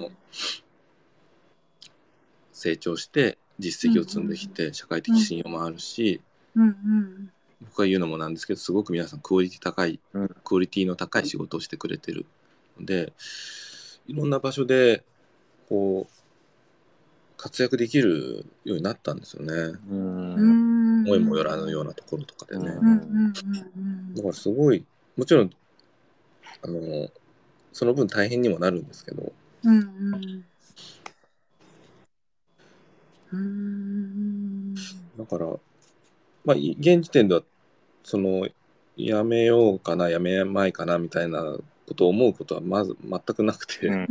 成長して実績を積んできて、社会的信用もあるし、僕が言うのもなんですけど、すごく皆さんクオリティの高い仕事をしてくれてるので、いろんな場所でこう活躍できるようになったんですよね。思いもよらぬようなところとかでね。だからすごい、もちろんその分大変にもなるんですけど、だからまあ現時点ではやめようかなやめまいかなみたいなことを思うことはまず全くなくて、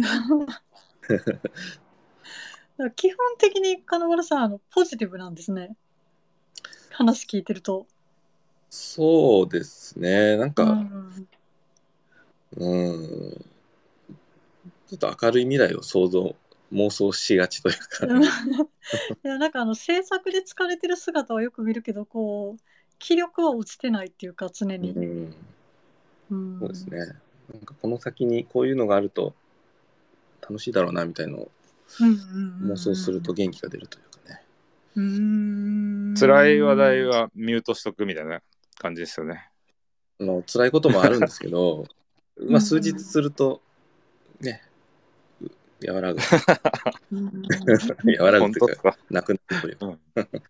基本的に金丸さんポジティブなんですね、話聞いてると。 そうですね、なんかちょっと明るい未来を妄想しがちというかいや、なんか制作で疲れてる姿はよく見るけど、こう気力は落ちてないっていうか、常に。 そうですね。なんかこの先にこういうのがあると楽しいだろうなみたいのを妄想すると元気が出るというかね。 辛い話題はミュートしとくみたいな感じですよね。 辛いこともあるんですけど、まあ数日するとね、和らぐ和らぐというかなくなるというか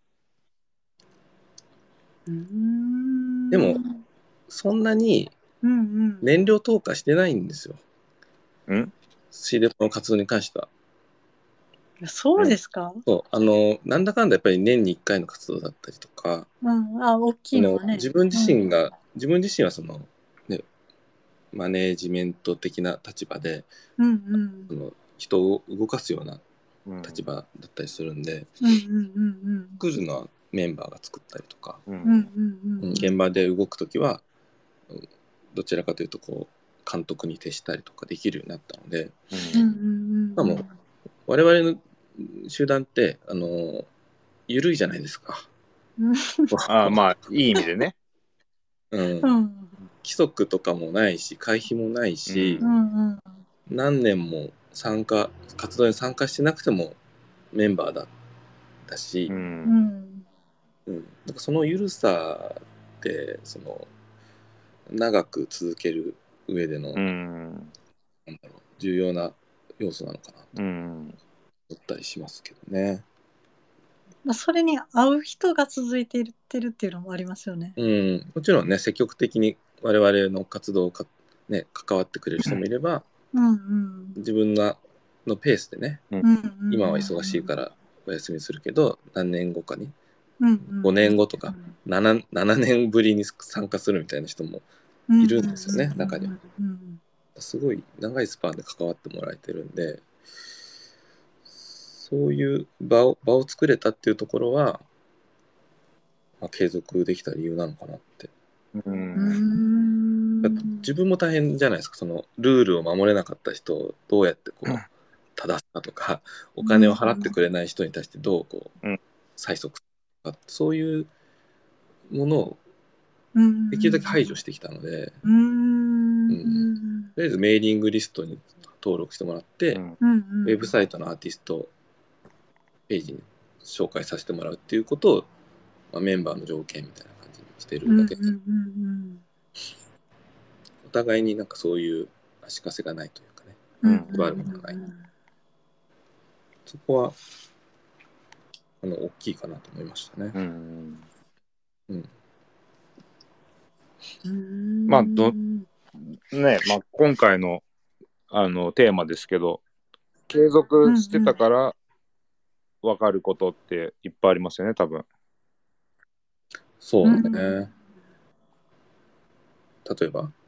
でもそんなに燃料投下してないんですよ、シーデポの活動に関しては。 そうですか？ そうなんだかんだやっぱり年に1回の活動だったりとか、 大きいのはね、 自分自身はね、マネージメント的な立場で、人を動かすような立場だったりするんで、作るのはメンバーが作ったりとか、現場で動くときはどちらかというと監督に徹したりとかできるようになったので、もう我々の集団って緩いじゃないですか。 まあいい意味でね。 規則とかもないし会費もないし、何年も活動に参加してなくてもメンバーだったし、なんかその緩さって長く続ける上での、重要な要素なのかなと思ったりしますけどね。 それに合う人が続いていってるっていうのもありますよね。 もちろんね、積極的に我々の活動をね、関わってくれる人もいれば、自分のペースでね、今は忙しいからお休みするけど、何年後かに、5年後とか 7年ぶりに参加するみたいな人もいるんですよね、中には。すごい長いスパンで関わってもらえてるんで、そういう場を作れたっていうところは、継続できた理由なのかなって。自分も大変じゃないですか。そのルールを守れなかった人をどうやってこう正すかとか、お金を払ってくれない人に対してどうこう催促するか、そういうものをできるだけ排除してきたので、とりあえずメーリングリストに登録してもらって、ウェブサイトのアーティストページに紹介させてもらうっていうことを、メンバーの条件みたいな感じにしてるだけで、お互いになんかそういう足かせがないというかね、奪うものがない。そこは大きいかなと思いましたね。 まあ今回のテーマですけど、継続してたから分かることっていっぱいありますよね、多分。 そうね。例えば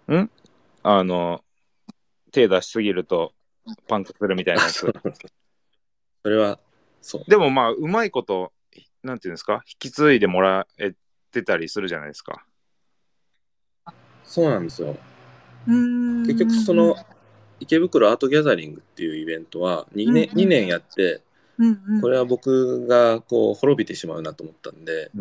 手出しすぎるとパンクするみたいなやつ。 それはそう。 でもまあうまいことなんていうんですか、引き継いでもらえてたりするじゃないですか。 そうなんですよ。結局その池袋アートギャザリングっていうイベントは2年やって、これは僕がこう滅びてしまうなと思ったんで、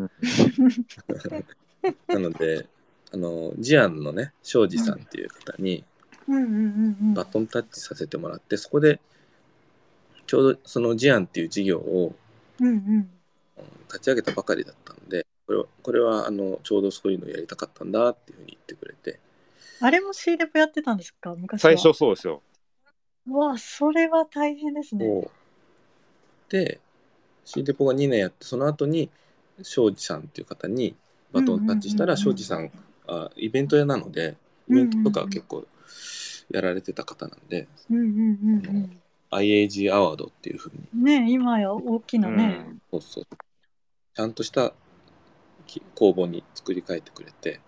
なのでジアンのね庄司さんっていう方にバトンタッチさせてもらって、そこでちょうどそのジアンっていう事業を立ち上げたばかりだったんで、これはちょうどそういうのをやりたかったんだっていうふうに言ってくれて。 あれもシーレポやってたんですか、昔は。最初そうですよ。 わあ、それは大変ですね。 で、シーレポが2年やって、その後に庄司さんっていう方にバトンタッチしたら、庄司さんイベント屋なので、イベントとか結構やられてた方なんで、IAG アワードっていうふうにね、今や大きなね、 そうちゃんとした公募に作り変えてくれて、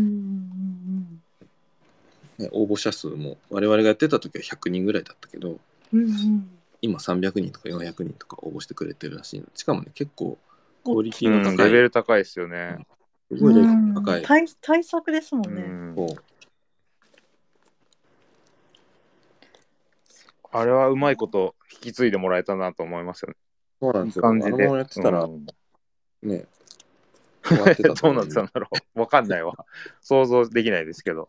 応募者数も我々がやってた時は100人ぐらいだったけど、今300人とか400人とか応募してくれてるらしいの。しかもね、結構クオリティの高い、 レベル高いですよね。 すごいレベル高い。 対策ですもんね。 あれはうまいこと引き継いでもらえたなと思いますよね。 そうなんですよ。あのままやってたら、ね、 どうなってたんだろう。わかんないわ。想像できないですけど。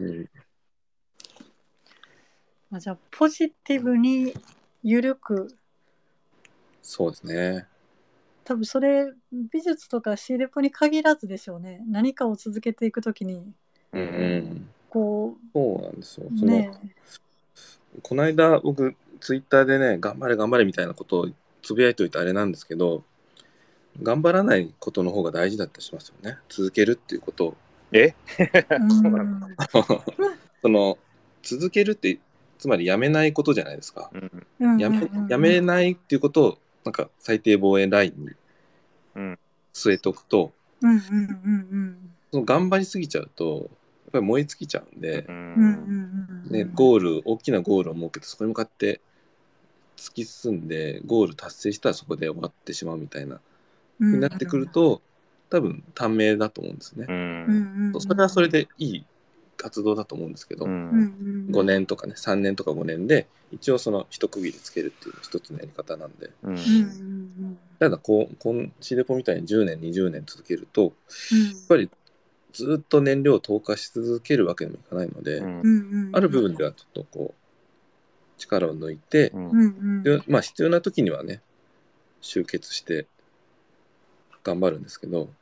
じゃあ、ポジティブに緩く。 そうですね。 多分それ、美術とかシーレポに限らずでしょうね。何かを続けていくときに。こう。 そうなんですよ。この間、僕、ツイッターでね、頑張れ頑張れみたいなことをつぶやいておいてあれなんですけど、頑張らないことの方が大事だったりしますよね。続けるっていうことを。 そうなんだ。 続けるってつまりやめないことじゃないですか。やめないっていうことをなんか最低防衛ラインに据えておくと、その頑張りすぎちゃうとやっぱり燃え尽きちゃうんで、大きなゴールを設けてそこに向かって突き進んでゴール達成したらそこで終わってしまうみたいなになってくると、多分短命だと思うんですね。それはそれでいい活動だと思うんですけど、5年とかね3年とか5年で一応その一区切りつけるっていう一つのやり方なんで、ただシレポみたいに10年20年続けると、やっぱりずっと燃料を投下し続けるわけにもいかないので、ある部分ではちょっとこう力を抜いて、まあ必要な時にはね集結して頑張るんですけど、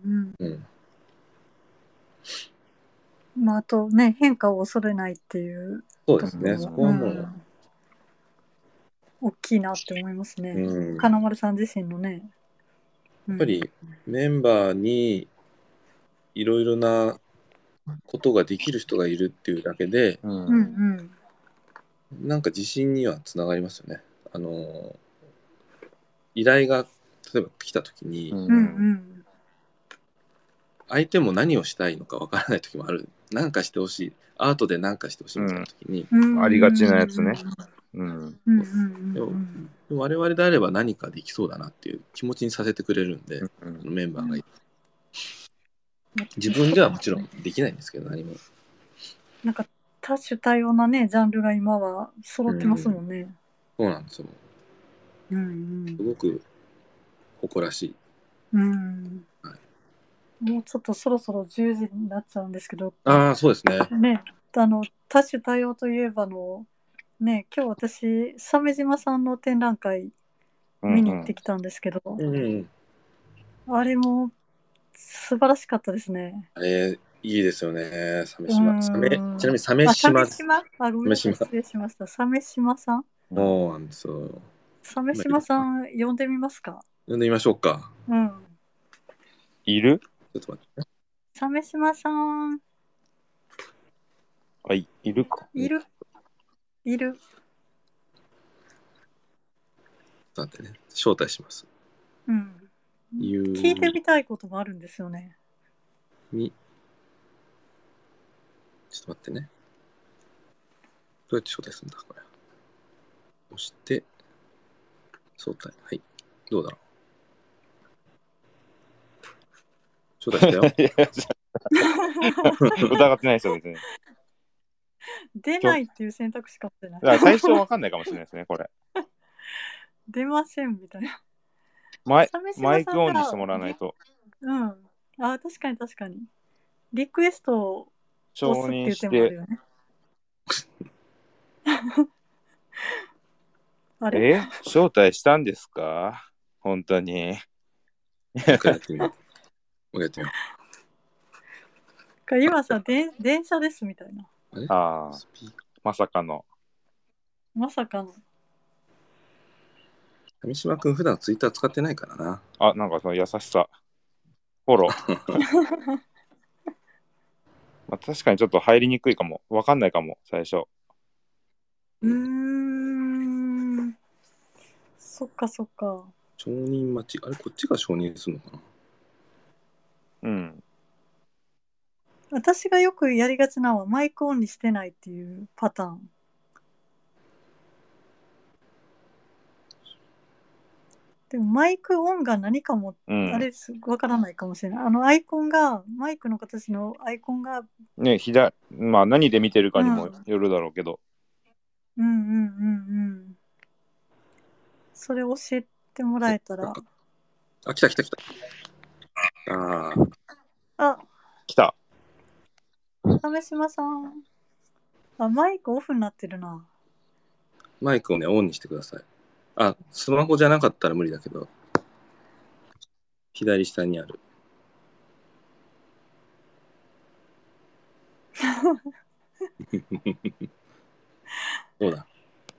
まあ、あとね、変化を恐れないっていう。 そうですね、そこはもう、 大きいなって思いますね。金丸さん自身のね。 やっぱりメンバーにいろいろなことができる人がいるっていうだけで、 うんうん、 なんか自信にはつながりますよね。依頼が例えば来た時に、 うんうん、 相手も何をしたいのかわからない時もある。なんかしてほしい。アートで何かしてほしいみたいな時に。 ありがちなやつね。うん。 でも我々であれば何かできそうだなっていう気持ちにさせてくれるんで、メンバーがいる。自分じゃもちろんできないんですけど、何も。 なんか多種多様なね、ジャンルが今は揃ってますもんね。 そうなんですよ。すごく誇らしい。 はい、もうちょっとそろそろ10時になっちゃうんですけど。 ああ、そうですね。 ね、多種多様といえばね、今日私、鮫島さんの展覧会見に行ってきたんですけど、あれも素晴らしかったですね。 いいですよね、鮫島。ちなみに鮫島。 ごめんなさい、失礼しました。鮫島さん。 そうなんですよ。 鮫島さん、呼んでみますか。 呼んでみましょうか。 いる？ ちょっと待って。 鮫島さん。 いるか。 いる。 だってね、招待します。 聞いてみたいこともあるんですよね。 ちょっと待ってね。どうやって招待するんだ、これ。そして、招待。はい。どうだろう。招待したよ。 疑ってないですよ、別に。 出ないっていう選択肢かもしれない。 だから最初わかんないかもしれないですね、これ。 出ませんみたいな。 マイクオンにしてもらわないと。 確かに確かに。リクエストを承認して。 あれ？ 招待したんですか？本当に。 もう一回やってみよう。 今さ、電車ですみたいな。 まさかの。 上島くん普段ツイッター使ってないからな。 なんかその優しさ。フォロー。確かにちょっと入りにくいかも。わかんないかも、最初。 そっかそっか。 承認待ち。あれ、こっちが承認するのかな？ 私がよくやりがちなのはマイクオンにしてないっていうパターン。でもマイクオンが何かも、あれわからないかもしれない。アイコンが、マイクの形のアイコンが。 ね、何で見てるかにもよるだろうけど。 それ教えてもらえたら。 来た。 来た。 鮫島さん。マイクオフになってるな。 マイクをね、オンにしてください。スマホじゃなかったら無理だけど、左下にある。どうだ。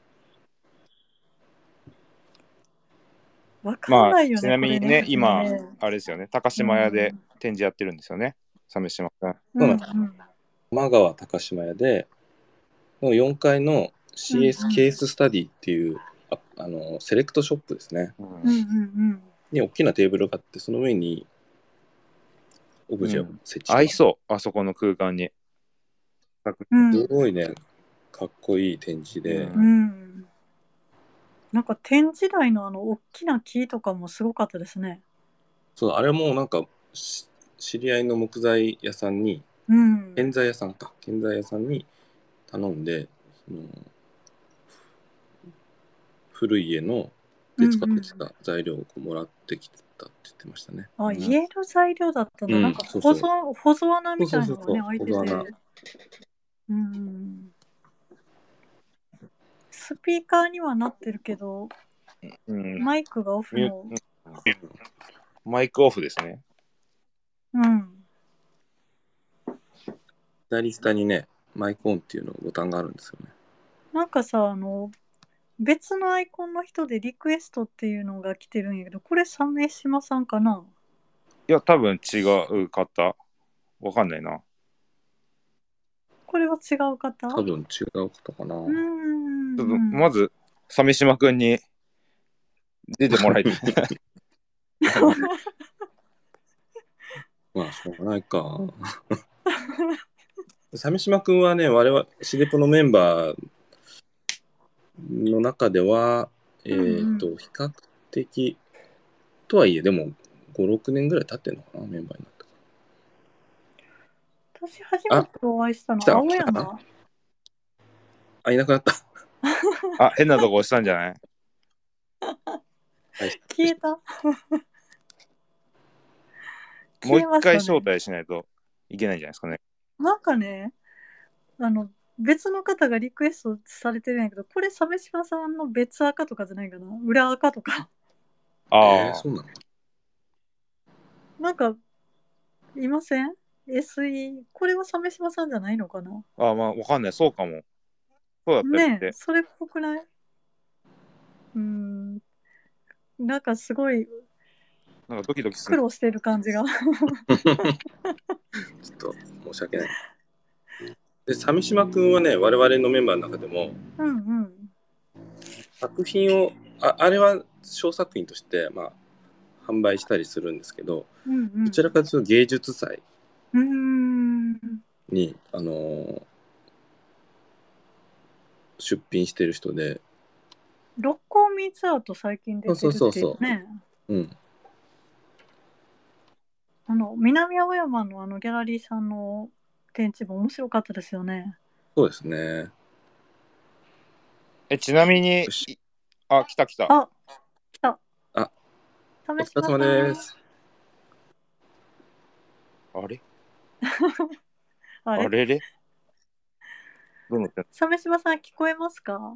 わかんないよね。 ちなみにね、今、あれですよね、高島屋で展示やってるんですよね、鮫島さん。 そうなんです。玉川高島屋で、4階の CS ケーススタディっていう、セレクトショップですね。に大きなテーブルがあって、その上にオブジェを設置して、 合いそう、あそこの空間に。 すごいね、かっこいい展示で。 なんか展示台の大きな木とかもすごかったですね。 そう、あれもなんか知り合いの木材屋さんに、建材屋さんに頼んで、古い家ので使ってた材料をもらってきたって言ってましたね。 家の材料だったんだ。なんか保存穴みたいなのがね、開いてて。スピーカーにはなってるけど、マイクがオフの。 マイクオフですね。 左下にね、マイクオンっていうのボタンがあるんですよね。 なんかさ、 別のアイコンの人でリクエストっていうのが来てるんやけど、これ鮫島さんかな？ いや、多分違う方。わかんないな。 これは違う方？ 多分違う方かな。 ちょっとまず、鮫島くんに出てもらいたい。 まあ、しょうがないか。鮫島くんはね、我々、シデポのメンバーの中では、比較的、とはいえ、でも、5、6年ぐらい経ってんのかな、メンバーになったか私初めてお会いしたの青山。 あ、いなくなった。 あ、変なとこ押したんじゃない？ 消えた。 もう一回招待しないといけないんじゃないですかね。 なんかね、別の方がリクエストされてるんやけど、これ鮫島さんの別赤とかじゃないかな、裏赤とか。 そうなの？ なんかいません？ SE、これは鮫島さんじゃないのかな？ まあ、わかんない。そうかも。そうだったりして。 ねえ、それっぽくない？なんかすごい、 なんかドキドキする。苦労してる感じが。 ちょっと申し訳ない。で、鮫島くんはね、我々のメンバーの中でも、作品を、あれは小作品として、まあ、販売したりするんですけど、どちらかというと芸術祭に、出品してる人で。 六甲ミーツアート最近出てるっていうね。南青山のギャラリーさんの展示も面白かったですよね。 そうですね。 ちなみに、来た。 来た。 お疲れ様です。 あれあれれどうなってんの？ 鮫島さん聞こえますか？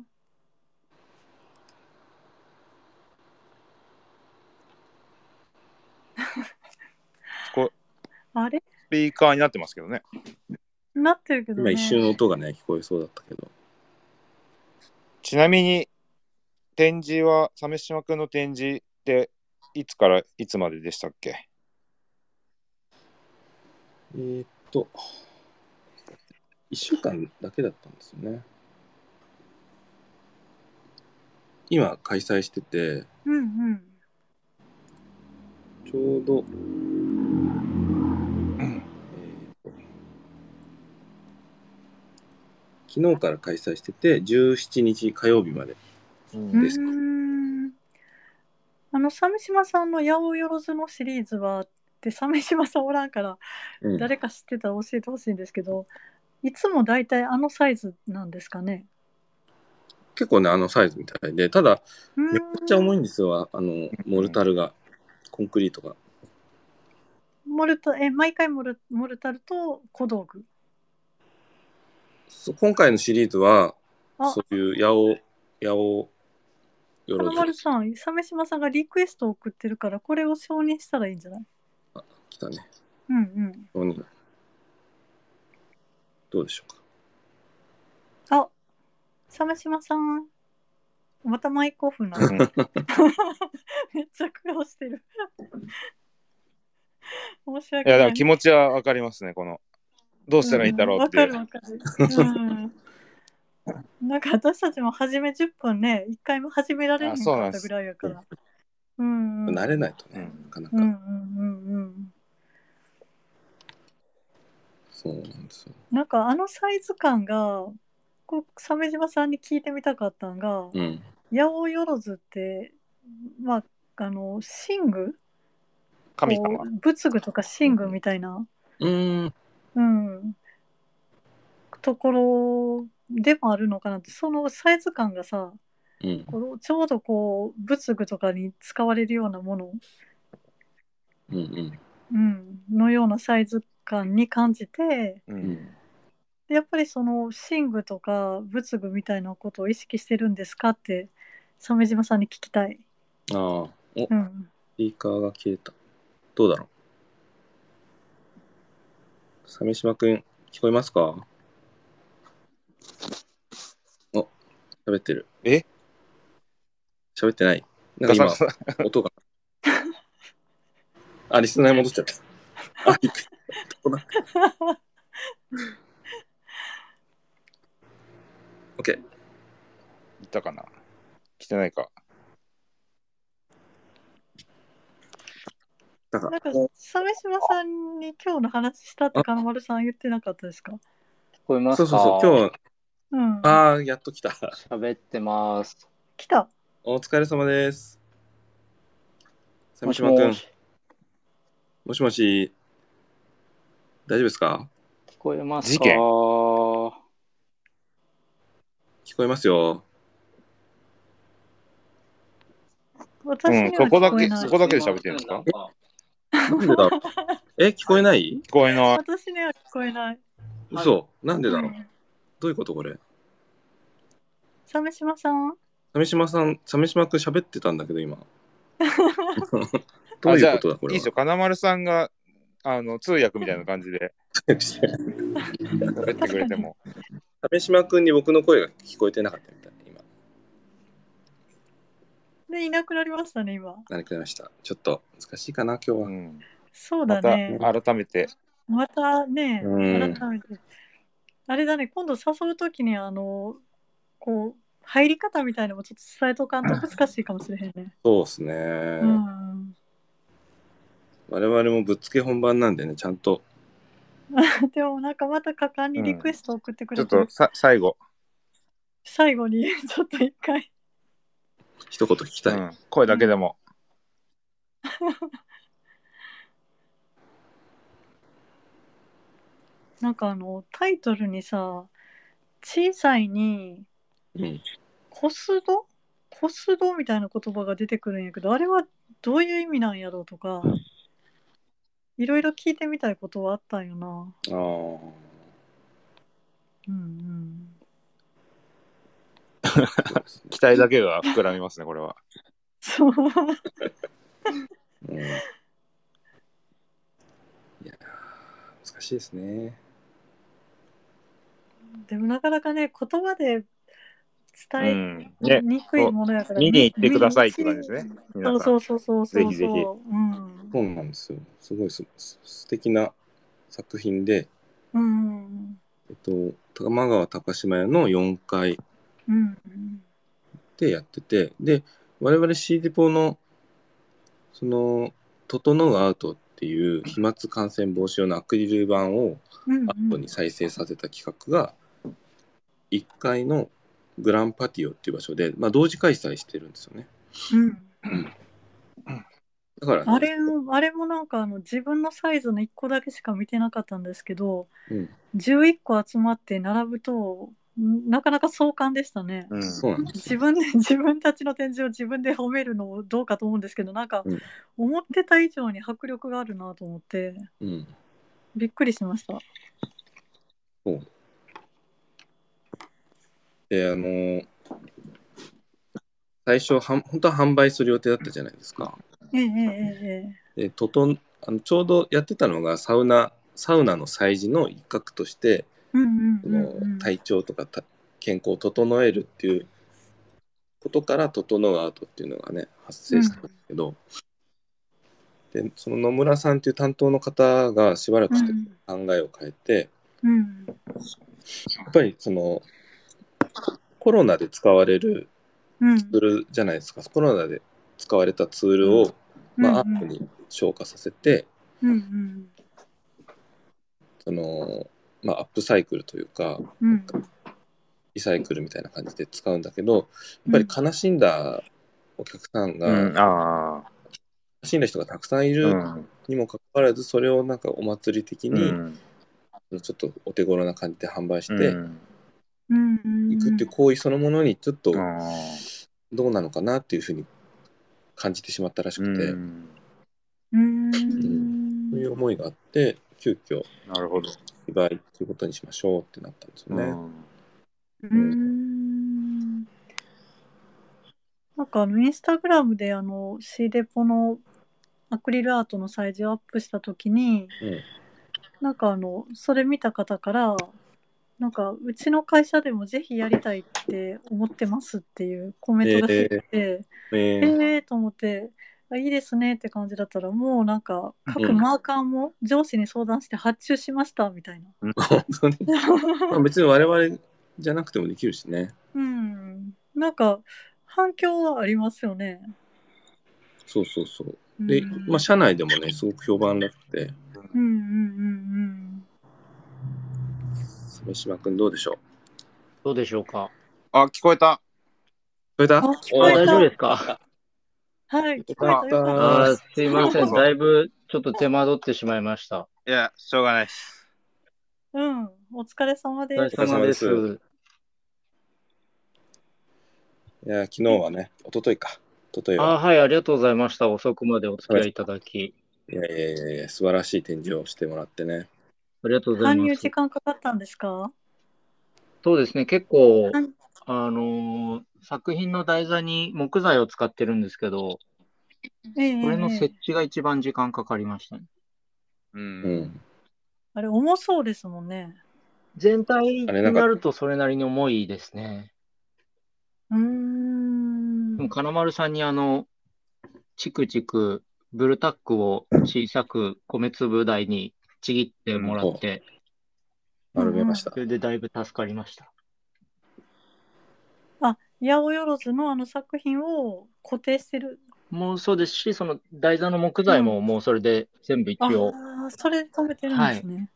あれスピーカーになってますけどね。 なってるけどね。 今一瞬音がね、聞こえそうだったけど。 ちなみに、展示は、鮫島くんの展示っていつからいつまででしたっけ 1週間だけだったんですよね。今開催してて、ちょうど、昨日から開催してて、17日火曜日までです。 鮫島さんの八百万のシリーズはで鮫島さんおらんから、誰か知ってたら教えてほしいんですけど、いつもだいたいあのサイズなんですかね？ 結構ね、あのサイズみたいで、ただ、めっちゃ重いんですよ、モルタルが、コンクリートが。 毎回モルタルと小道具。 今回のシリーズは、そういう八百金丸さん、鮫島さんがリクエストを送ってるから、これを承認したらいいんじゃない？ 来たね。 承認。 どうでしょうか。 鮫島さん、またマイクオフな。めっちゃ苦労してる。申し訳ない。 いや、だから気持ちはわかりますね、この。どうしたらいいんだろうっていう。 わかる。なんか私たちも初め10分ね、1回も始められへんかったぐらいやから。 慣れないとね、なかなか。そうなんですよ。 なんかあのサイズ感が、鮫島さんに聞いてみたかったんが、八百万って、まあ、神具、 神様、 仏具とか神具みたいな、ところでもあるのかなって、そのサイズ感がさ、ちょうど仏具とかに使われるようなもの、のようなサイズ感に感じて、やっぱりその神具とか仏具みたいなことを意識してるんですかって鮫島さんに聞きたい。 スピーカーが消えた。どうだろう。鮫島くん、聞こえますか？喋ってる。 喋ってない。なんか今、音が。あ、リスナーに戻っちゃった。あ、びっくり。OK。 いったかな。来てないか。 なんか、鮫島さんに今日の話したって金丸さん言ってなかったですか？ 聞こえますか？ そうそうそう、今日、 うん。 ああ、やっと来た。 喋ってます。 来た。 お疲れ様です。鮫もし島くん。 もし。 もしもし。大丈夫ですか？ 聞こえますか？ 事件。 聞こえますよ。 私には聞こえない。 そこだけで喋ってるんですか？ なんでだろう。聞こえない？ 聞こえない。 私には聞こえない。 嘘。なんでだろう。どういうことこれ。 鮫島さん？ 鮫島くん喋ってたんだけど今。どういうことだこれは。 いいですよ。金丸さんが通訳みたいな感じで喋ってくれても。 鮫島くんに僕の声が聞こえてなかったみたい今。 で、いなくなりましたね、今。 いなくなりました。ちょっと難しいかな、今日は。 うん、 そうだね。 また改めて。 またね、 うん改めて。あれだね、今度誘うときにこう、入り方みたいなのもちょっと伝えとかんと難しいかもしれへんね。 そうですね、 うん。 我々もぶっつけ本番なんでね、ちゃんと。 でもなんかまた果敢にリクエスト送ってくれて、 ちょっと最後。 最後にちょっと一回。 一言聞きたい。 声だけでも。 なんかタイトルにさ、小さいに、コスドみたいな言葉が出てくるんやけど、あれはどういう意味なんやろうとか、いろいろ聞いてみたいことはあったんよな。 期待だけが膨らみますね、これは。 そう。 いや、難しいですね。 でもなかなかね、言葉で伝えにくいものやから、 見に行ってくださいって感じですね。 そう。 ぜひぜひ。 そうなんですよ。すごい素敵な作品で、玉川高島屋の4階でやってて、で、我々 C デポの、整うアウトっていう飛沫感染防止用のアクリル板を後に再生させた企画が、1階のグランパティオっていう場所で、同時開催してるんですよね。だから、 あれもなんか自分のサイズの1個だけしか見てなかったんですけど、11個集まって並ぶとなかなか壮観でしたね。 そうなんです。 自分たちの展示を自分で褒めるのもどうかと思うんですけど、なんか思ってた以上に迫力があるなと思って、びっくりしました。 そうで、最初本当は販売する予定だったじゃないですか。でちょうどやってたのがサウナの催事の一角として、体調とか健康を整えるっていうことから整うアートっていうのがね発生したんですけど、でその野村さんっていう担当の方がしばらくして考えを変えて、やっぱりコロナで使われるツールじゃないですか。コロナで使われたツールを、アートに昇華させて、アップサイクルというか、リサイクルみたいな感じで使うんだけど、やっぱり悲しんだお客さんが、悲しんだ人がたくさんいるにもかかわらず、それをなんかお祭り的に、ちょっとお手頃な感じで販売して、いくっていう行為そのものにちょっとどうなのかなっていうふうに感じてしまったらしくて、そういう思いがあって急遽非売ということにしましょうってなったんですよね。 なんかインスタグラムでCデポのアクリルアートの催事をアップした時に、なんかそれ見た方からなんかうちの会社でもぜひやりたいって思ってますっていうコメントがついて、と思って、いいですねって感じだったら、もうなんか各マーカーも上司に相談して発注しましたみたいな。 本当にまあ別に我々じゃなくてもできるしね。 なんか反響はありますよね。 そうそうそう。で、まあ社内でもね、すごく評判らしくて。鮫島くんどうでしょう。 どうでしょうか。 あ、聞こえた。 聞こえた？ 大丈夫ですか？ はい、聞こえた。よかった。 すいません。だいぶちょっと手間取ってしまいました。 いや、しょうがないです。 お疲れ様です。 お疲れ様です。 いや、昨日はね、一昨日は。 はい、ありがとうございました。遅くまでお付き合いいただき。 いや、素晴らしい展示をしてもらってね。 ありがとうございます。 搬入時間かかったんですか？ そうですね、結構、作品の台座に木材を使ってるんですけど、それの設置が一番時間かかりましたね。 あれ、重そうですもんね。 全体になるとそれなりに重いですね。でも金丸さんにチクチクブルタックを小さく米粒大にちぎってもらって、 丸めました。 それでだいぶ助かりました。 八百万の作品を固定してる。 もうそうですし、その台座の木材ももうそれで全部一応。 それで止めてるんですね。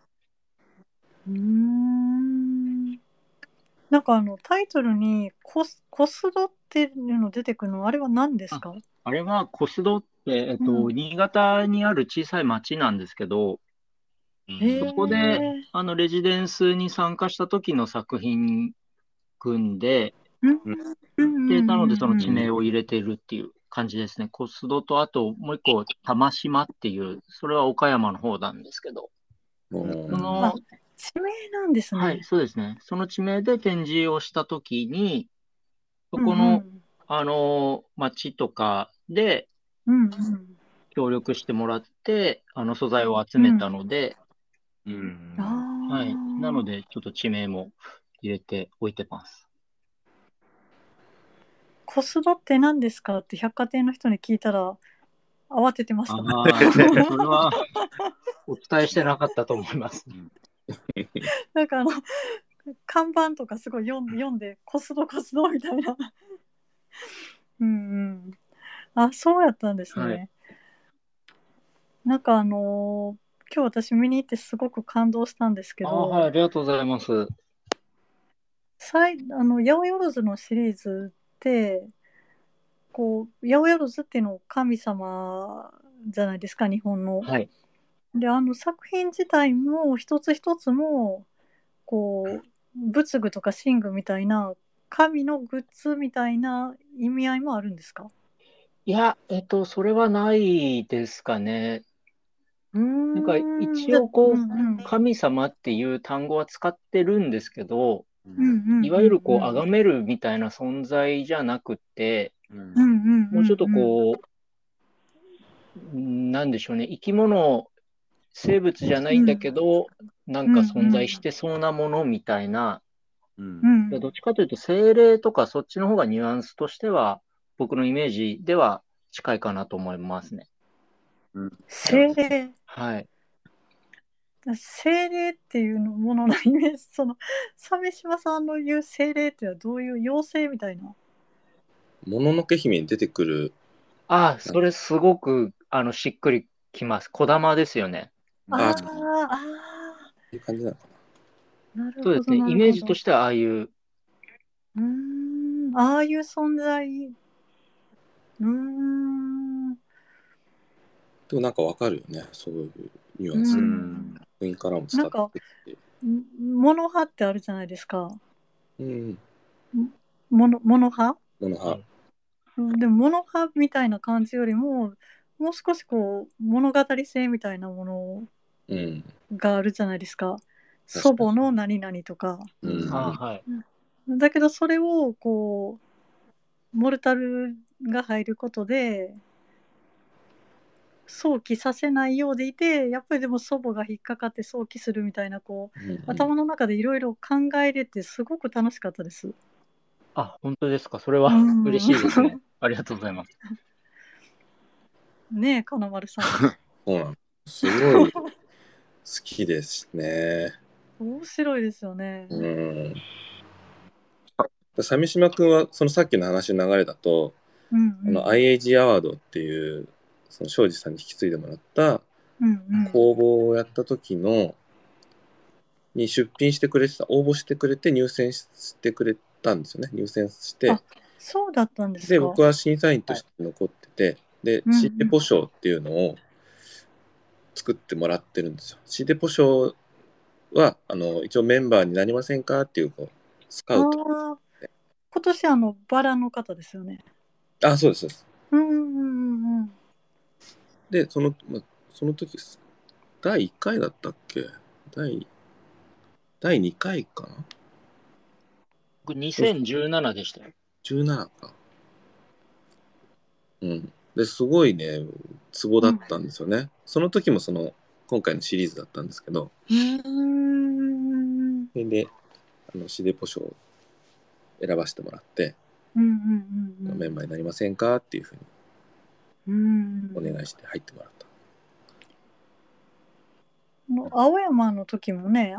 なんかタイトルにコスドっていうの出てくるの、あれは何ですか？ あれはコスドって、新潟にある小さい町なんですけど、そこでレジデンスに参加した時の作品群で、なのでその地名を入れているっていう感じですね。コスドと、あともう一個、玉島っていう、それは岡山の方なんですけど、その地名なんですね。 はい、そうですね。その地名で展示をしたときに、そこの、町とかで協力してもらって、素材を集めたので、はい。なので、ちょっと地名も入れておいてます。 コスドって何ですかって百貨店の人に聞いたら、慌ててました。 それはお伝えしてなかったと思います。 なんか看板とかすごい読んで、コスドみたいな。そうやったんですね。はい、なんか今日私見に行ってすごく感動したんですけど。 はい、ありがとうございます。 八百万のシリーズって、こう、八百万っていうの神様じゃないですか、日本の。 はい。 で、作品自体も一つ一つも、こう、仏具とか神具みたいな、神のグッズみたいな意味合いもあるんですか？ いや、それはないですかね。なんか一応神様っていう単語は使ってるんですけど、いわゆる崇めるみたいな存在じゃなくて、もうちょっとなんでしょうね、生き物、生物じゃないんだけど、なんか存在してそうなものみたいな、どっちかというと精霊とかそっちの方がニュアンスとしては、僕のイメージでは近いかなと思いますね。 精霊。 はい。 精霊っていうもののイメージ、鮫島さんの言う精霊っていうのはどういう妖精みたいな？ もののけ姫に出てくる。 それすごくしっくりきます。小玉ですよね。 いう感じなのかな。なるほど。 そうですね。イメージとしてはああいう。 ああいう存在。 でもなんかわかるよね、そういうニュアンス。雰囲気からも伝わってきて。 物派ってあるじゃないですか。物派。でも物派みたいな感じよりも、もう少し物語性みたいなものがあるじゃないですか。祖母の何々とか。だけどそれをモルタルが入ることで、 想起させないようでいて、やっぱりでも祖母が引っかかって想起するみたいな、こう、頭の中でいろいろ考えれて、すごく楽しかったです。 あ、本当ですか。それは嬉しいですね。ありがとうございます。 ねえ、金丸さん。 そうなの。すごい好きですね。 面白いですよね。 鮫島君はそのさっきの話の流れだと、IAG アワードっていうその庄司さんに引き継いでもらった公募をやった時のに出品してくれてた、応募してくれて入選してくれたんですよね。入選して。 そうだったんですか。 で、僕は審査員として残ってて、で、シーデポ賞っていうのを作ってもらってるんですよ。シーデポ賞は一応メンバーになりませんかっていうスカウト。 今年バラの方ですよね。 あ、そうですそうです。で、その時です。第1回だったっけ？第2回かな？ 僕2017でしたよ。 17か。うん。で、すごいね、ツボだったんですよね。その時も今回のシリーズだったんですけど。で、シデポ賞を選ばせてもらって、メンバーになりませんかっていうふうにお願いして入ってもらった。 青山の時もね、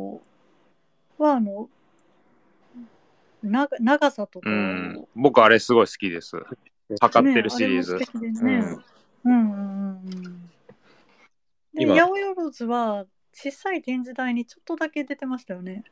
長さとか、 僕あれすごい好きです。測ってるシリーズ。 で、八百万は小さい展示台にちょっとだけ出てましたよね。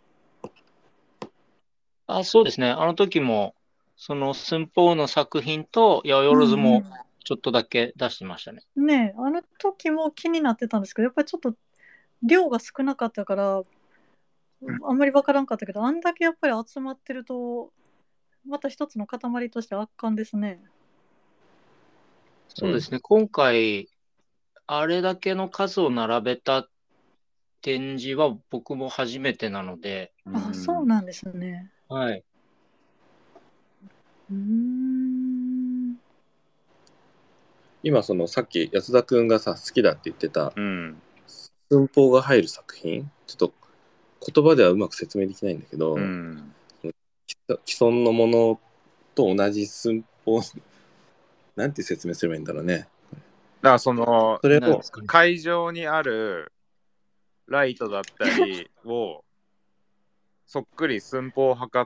そうですね。あの時も、その寸法の作品と八百万もちょっとだけ出してましたね。 ねえ、あの時も気になってたんですけど、やっぱりちょっと量が少なかったから、あんまり分からんかったけど、あんだけやっぱり集まってると、また一つの塊として圧巻ですね。 そうですね。今回、あれだけの数を並べた展示は僕も初めてなので。 そうなんですね。 はい。 今さっき安田君が好きだって言ってた、寸法が入る作品、ちょっと言葉ではうまく説明できないんだけど、既存のものと同じ寸法なんて説明すればいいんだろうね。 だからそれを会場にあるライトだったりをそっくり寸法を測って、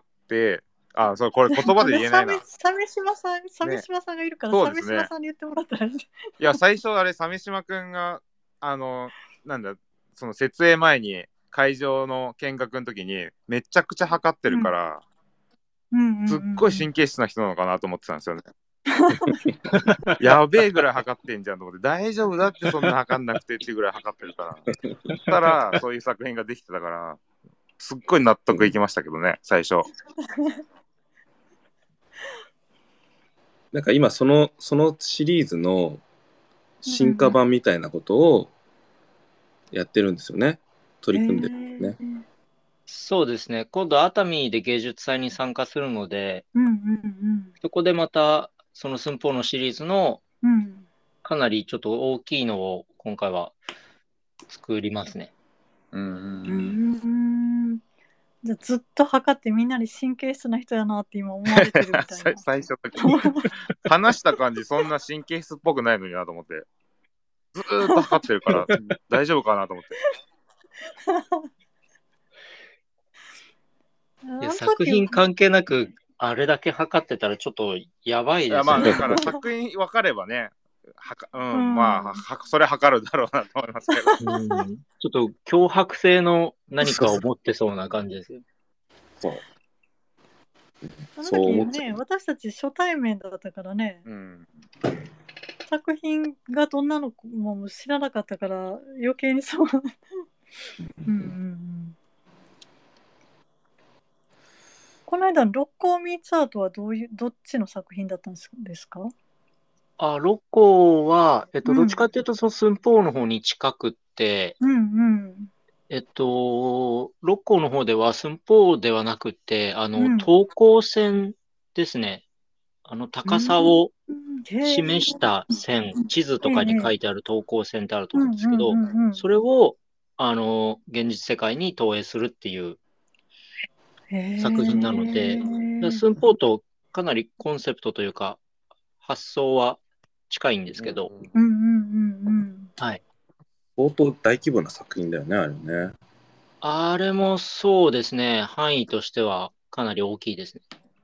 これ言葉で言えないな。 鮫島さんがいるから、鮫島さんに言ってもらったらいい。 いや、最初あれ、鮫島くんが、なんだ、その設営前に会場の見学の時にめちゃくちゃ測ってるから、すっごい神経質な人なのかなと思ってたんですよね。やべえぐらい測ってんじゃんと思って、大丈夫だってそんな測んなくてっていうぐらい測ってるから。たら、そういう作品ができてたから、すっごい納得いきましたけどね、最初。 なんか今そのシリーズの進化版みたいなことをやってるんですよね。取り組んでるんですね。 そうですね。今度熱海で芸術祭に参加するので、そこでまたその寸法のシリーズのかなりちょっと大きいのを今回は作りますね。 じゃずっと測ってみんなに神経質な人やなって今思われてるみたいな。 最初に話した感じそんな神経質っぽくないのになと思って、ずーっと測ってるから大丈夫かなと思って。 いや、作品関係なくあれだけ測ってたらちょっとやばいですよね。だから作品分かればね、それ測るだろうなと思いますけど。 ちょっと脅迫性の何かを持ってそうな感じですよ。 そう。 あの時ね、私たち初対面だったからね、作品がどんなのも知らなかったから余計にそう。この間の六甲ミーツアートはどっちの作品だったんですか？ 六甲は、どっちかっていうと、その寸法の方に近くって、六甲の方では寸法ではなくて、等高線ですね。 高さを示した線、地図とかに書いてある等高線ってあると思うんですけど、それを、現実世界に投影するっていう作品なので、寸法とかなりコンセプトというか、発想は近いんですけど、はい。 相当大規模な作品だよね、あれね。 あれもそうですね、範囲としてはかなり大きいですね。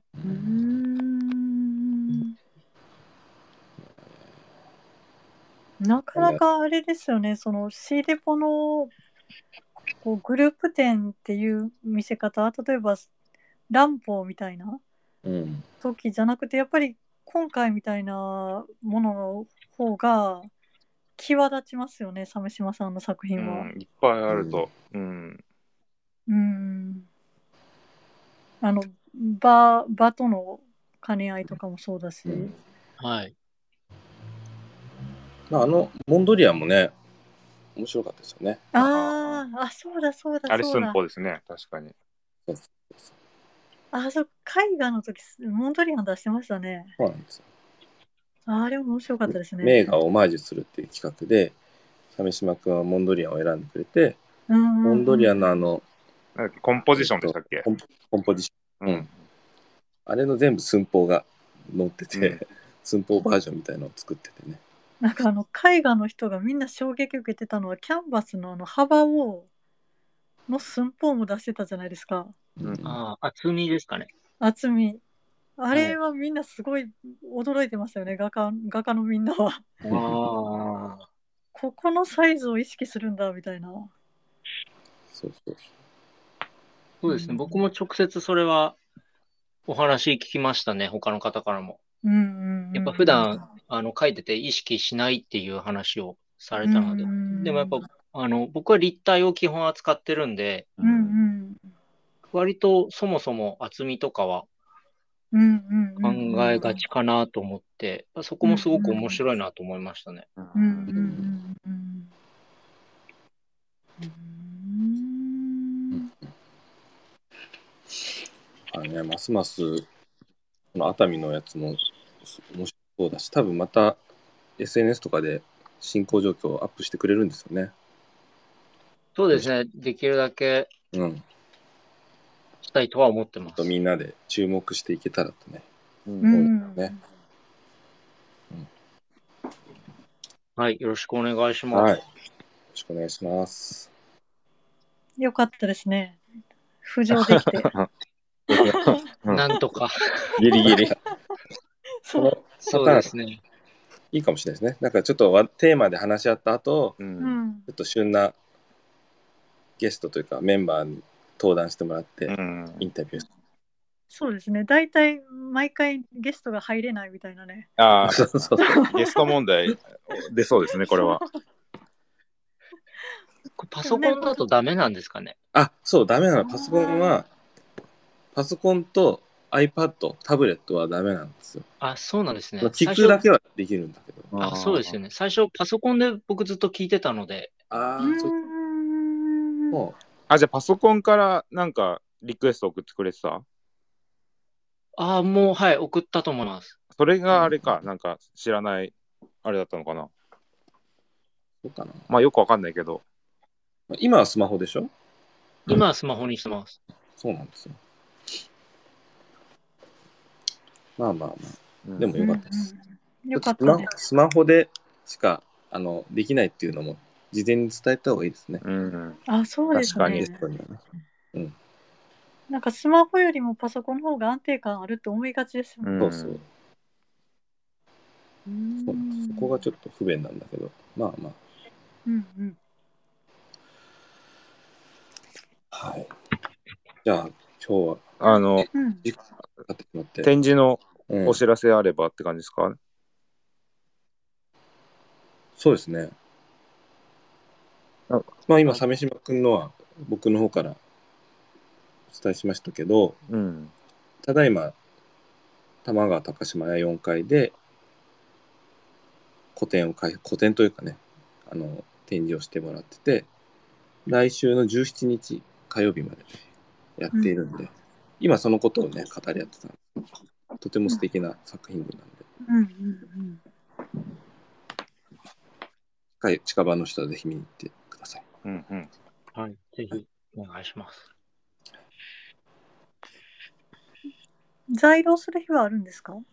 なかなかあれですよね、そのシーレポのこうグループ展っていう見せ方、例えば乱歩みたいな時じゃなくて、やっぱり今回みたいなものの方が際立ちますよね、鮫島さんの作品は。 いっぱいあると。 場との兼ね合いとかもそうだし。 はい。 モンドリアンもね、面白かったですよね。 そうだそうだそうだ。 あれ寸法ですね、確かに。 そう絵画の時モンドリアン出してましたね。 そうなんですよ。 あれ面白かったですね。 名画をオマージュするっていう企画で、鮫島君はモンドリアンを選んでくれて、モンドリアンのコンポジションでしたっけ？ コンポジション。あれの全部寸法が載ってて、寸法バージョンみたいなのを作っててね。 なんか絵画の人がみんな衝撃受けてたのは、キャンバスの幅の寸法も出してたじゃないですか。 厚みですかね。 厚み。あれはみんなすごい驚いてましたよね、画家のみんなは。ここのサイズを意識するんだみたいな。 そうですね、僕も直接それはお話聞きましたね、他の方からも。やっぱ普段書いてて意識しないっていう話をされたので、でもやっぱ僕は立体を基本扱ってるんで、割とそもそも厚みとかは考えがちかなと思って、そこもすごく面白いなと思いましたね。 ますますこの熱海のやつも面白そうだし、多分また SNS とかで進行状況をアップしてくれるんですよね。 そうですね、できるだけしたいとは思ってます。 みんなで注目していけたらとね。 はい、よろしくお願いします。 よろしくお願いします。 よかったですね。浮上できて。 なんとか。 ギリギリ。 そうですね。 いいかもしれないですね。なんかちょっとテーマで話し合った後、ちょっと旬なゲストというかメンバーに登壇してもらって、インタビュー。 そうですね。大体毎回ゲストが入れないみたいなね。 ゲスト問題出そうですね、これは。 パソコンだとダメなんですかね？ そう、ダメなの。パソコンは、パソコンと iPad、タブレットはダメなんですよ。 そうなんですね。 聞くだけはできるんだけど。 そうですよね。最初パソコンで僕ずっと聞いてたので。 じゃあパソコンからなんかリクエスト送ってくれてた？ もうはい、送ったと思います。 それがあれか、なんか知らないあれだったのかな。 そうかな。 まあよくわかんないけど。 今はスマホでしょ？ 今はスマホにしてます。 そうなんですよ。まあまあまあ、でもよかったです。 よかったです。 スマホでしかできないっていうのも事前に伝えた方がいいですね。 そうですね。 確かに。 なんかスマホよりもパソコンの方が安定感あるって思いがちですよね。 そう。そこがちょっと不便なんだけど、まあまあ。はい。じゃあ今日は展示のお知らせあればって感じですか？ そうですね。まあ今鮫島くんのは僕の方からお伝えしましたけど、ただいま玉川高島屋4階で個展というかね、展示をしてもらってて、来週の17日火曜日までやっているんで、今そのことをね語り合ってたんです。 とても素敵な作品群なんで、近場の人はぜひ見に行ってください。 はい、ぜひお願いします。 在廊する日はあるんですか？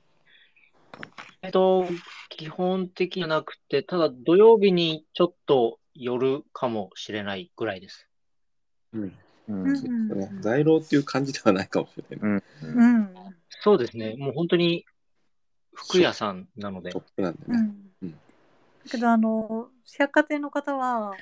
基本的にはなくて、ただ土曜日にちょっと寄るかもしれないぐらいです。 在廊っていう感じではないかもしれない。 そうですね。もう本当に服屋さんなので。 ショップなんでね。 だけど百貨店の方は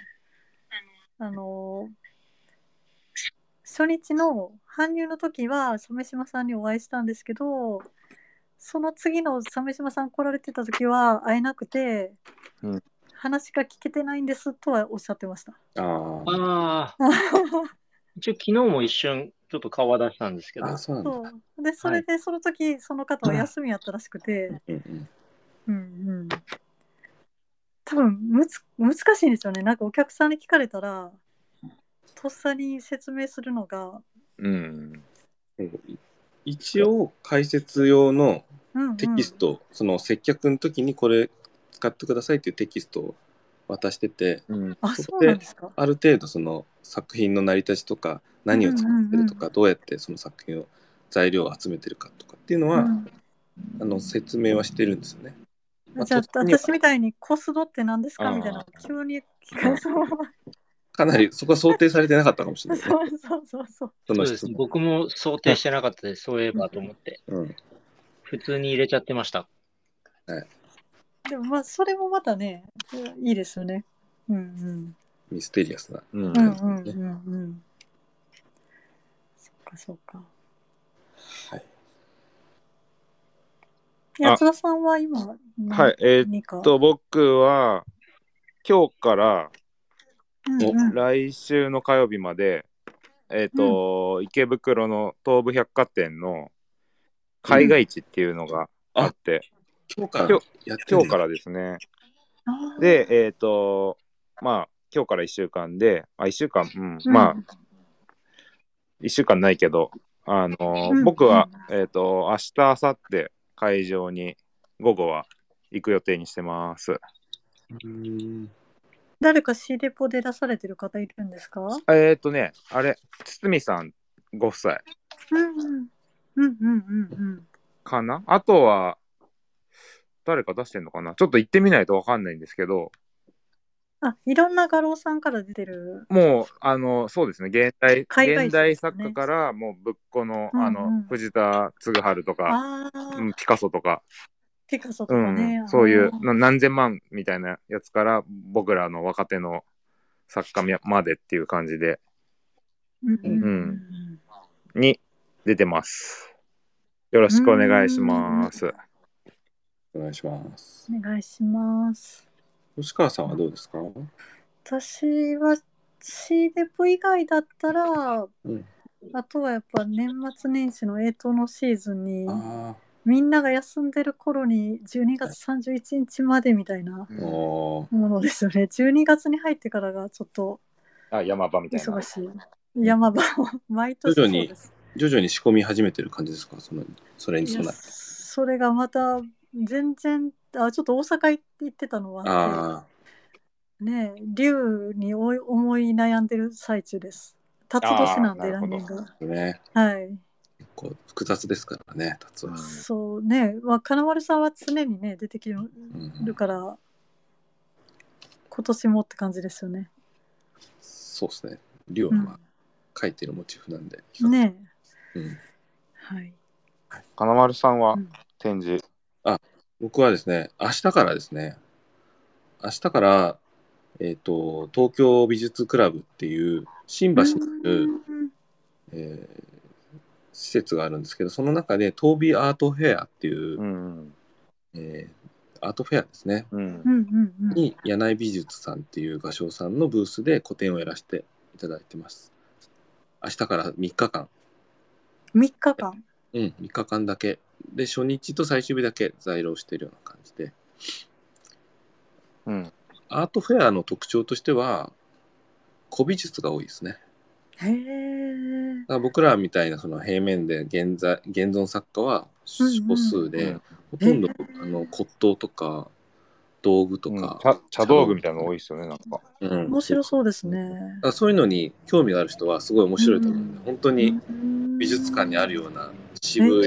初日の搬入の時は鮫島さんにお会いしたんですけど、その次の鮫島さん来られてた時は会えなくて、話が聞けてないんですとはおっしゃってました。 一応昨日も一瞬ちょっと顔は出したんですけど。 そうで、それでその時、その方は休みやったらしくて、多分難しいんですよね。なんかお客さんに聞かれたらとっさに説明するのが、 一応解説用のテキスト、その接客の時にこれ使ってくださいっていうテキストを渡してて、そこである程度その作品の成り立ちとか何を使ってるとか、どうやってその作品を材料を集めてるかとかっていうのは、説明はしてるんですよね。 じゃあ私みたいにコスドって何ですかみたいな急に聞かれそう。 かなりそこは想定されてなかったかもしれない、ね。 そうですね。僕も想定してなかったです。そういえばと思って。普通に入れちゃってました。 でもまあそれもまたね、いいですよね。 ミステリアスな。 そっかそっか。八田さんは今僕は今日から来週の火曜日まで、池袋の東武百貨店の海外市っていうのがあって、今日からですね。で、まあ今日から1週間で、1週間、まあ1週間ないけど、僕は明日明後日会場に午後は行く予定にしてます。 誰かシーレポで出されてる方いるんですか？ あれ、堤さんご夫妻。かな？あとは、誰か出してんのかな？ちょっと行ってみないとわかんないんですけど。 いろんな画廊さんから出てる。 もう、そうですね。現代作家から、もうぶっこの、藤田嗣治とか、ピカソとか。 ね。 そういう何千万みたいなやつから僕らの若手の作家までっていう感じで、に出てます。よろしくお願いします。 お願いします。 お願いします。 吉川さんはどうですか？ 私は C デポ以外だったら、あとはやっぱ年末年始の干支のシーズンにみんなが休んでる頃に12月31日までみたいなものですよね。12月に入ってからがちょっと山場みたいな忙しい。山場を毎年そうです。 徐々に仕込み始めてる感じですか？それに備えて。 それがまた全然ちょっと大阪行ってたのはあってね、龍に思い悩んでる最中です。辰年なんで来年が。はい。 結構複雑ですからね、辰は。 そうね、金丸さんは常にね出てきるから、今年もって感じですよね。 そうですね。龍は書いてるモチーフなんで。 ね。はい。 金丸さんは展示。 僕はですね、明日からですね。明日から、東京美術クラブっていう新橋にある、施設があるんですけど、その中で東美アートフェアっていう、アートフェアですね、に柳井美術さんっていう画商さんのブースで個展をやらせていただいてます。明日から3日間。 3日間 3日間だけ。で、初日と最終日だけ在廊しているような感じで。アートフェアの特徴としては、古美術が多いですね。僕らみたいなその平面で現存作家は少数で、ほとんど骨董とか道具とか、 茶道具みたいなの多いですよね、なんか。 面白そうですね。 そういうのに興味がある人はすごい面白いと思うんで、本当に美術館にあるような渋い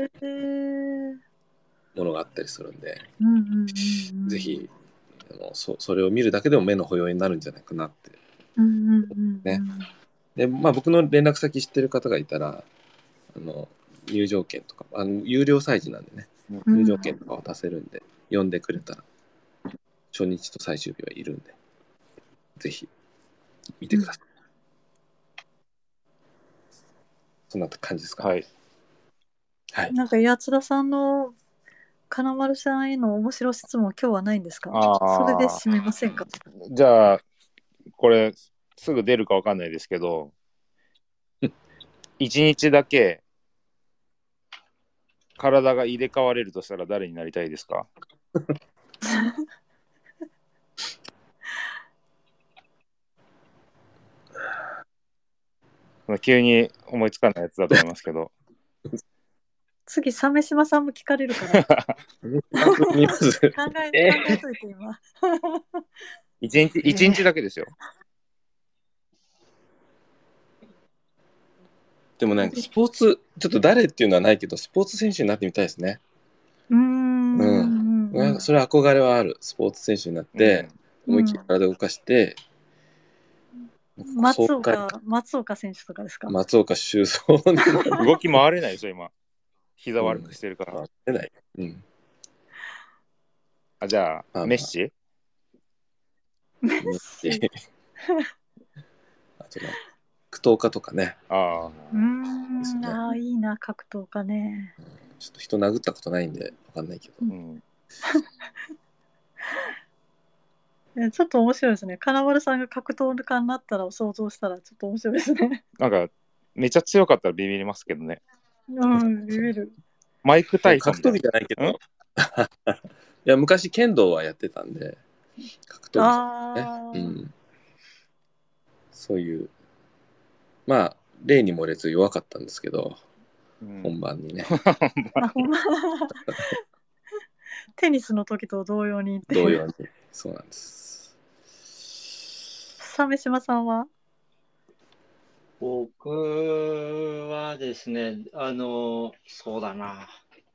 ものがあったりするんで、ぜひそれを見るだけでも目の保養になるんじゃないかなってね。で、僕の連絡先知ってる方がいたら入場券とか有料催事なんでね、入場券とか渡せるんで、呼んでくれたら初日と最終日はいるんで、ぜひ見てください。そんな感じですか。 はい。 なんか八田さんの金丸さんへの面白質問、今日はないんですか？それで締めませんか？ じゃあこれすぐ出るかわかんないですけど1日だけ体が入れ替われるとしたら誰になりたいですか？急に思いつかないやつだと思いますけど次、鮫島さんも聞かれるから考えといて今一日だけですよ。 でもスポーツちょっと誰っていうのはないけど、スポーツ選手になってみたいですね。それは憧れはある。スポーツ選手になって、思いっきり体を動かして、 松岡選手とかですか？ 松岡修造動き回れないでしょ今、膝悪くしてるから。 出ない。 じゃあメッシ？ あと格闘家とかね。 いいな、格闘家ね。 ちょっと人殴ったことないんでわかんないけど。 ちょっと面白いですね。金丸さんが格闘家になったらを想像したらちょっと面白いですね。 なんかめちゃ強かったらビビりますけどね。 ビビる。 マイク・タイソン格闘技じゃないけど。いや昔剣道はやってたんで、格闘技ね。そういう例に漏れず弱かったんですけど、本番にね。 テニスの時と同様に。 そうなんです。 鮫島さんは？ 僕はですね、そうだな。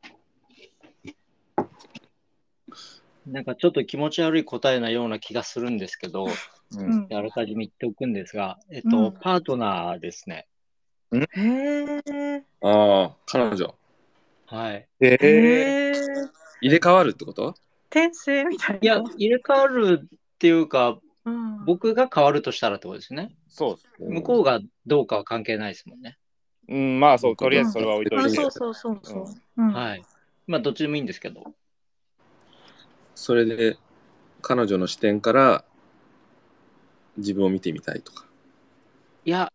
なんかちょっと気持ち悪い答えなような気がするんですけど、あらかじめ言っておくんですが、パートナーですね。 へえ。 彼女。 はい。 入れ替わるってこと？ 転生みたいな。 いや、入れ替わるっていうか、僕が変わるとしたらってことですね。 そう。 向こうがどうかは関係ないですもんね。 そう、とりあえずそれは置いといて。 そう。 はい。どっちでもいいんですけど。 それで彼女の視点から自分を見てみたいとか。 いや、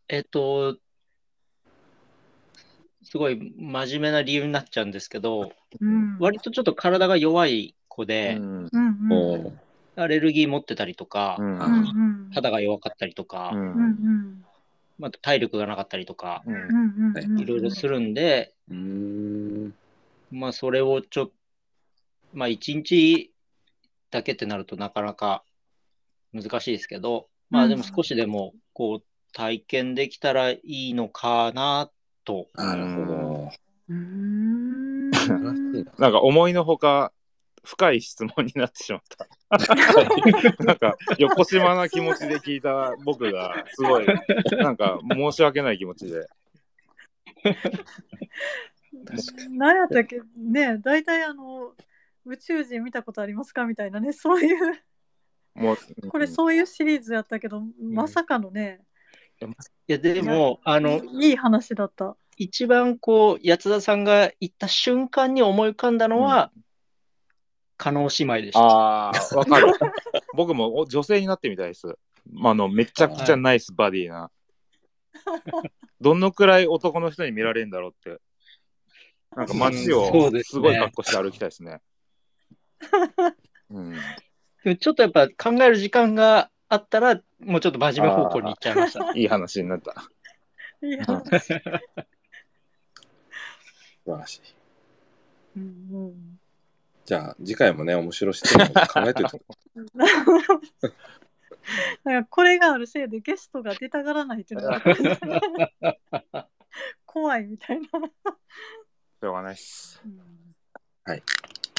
すごい真面目な理由になっちゃうんですけど、割とちょっと体が弱い子で、アレルギー持ってたりとか、肌が弱かったりとか、体力がなかったりとか、いろいろするんで、それを一日だけってなるとなかなか難しいですけど、でも少しでも体験できたらいいのかなと。 なるほど。 なんか思いのほか深い質問になってしまった。なんか横島な気持ちで聞いた僕がすごいなんか申し訳ない気持ちで。 何やったっけね、大体宇宙人見たことありますかみたいなね、そういうこれそういうシリーズやったけど、まさかのね。 いやでもいい話だった。 一番八田さんが言った瞬間に思い浮かんだのは、叶姉妹でした。 わかる。僕も女性になってみたいです。めちゃくちゃナイスバディな。どのくらい男の人に見られるんだろうって。なんか街をすごい格好して歩きたいですね。 ちょっとやっぱ考える時間があったら、もうちょっと真面目方向に行っちゃいました。 いい話になった。 いい話。 素晴らしい。 うんうん、 じゃあ次回もね面白視点を考えておいてだからこれがあるせいでゲストが出たがらないっていうのが怖いみたいな。しょうがないっす。 はい。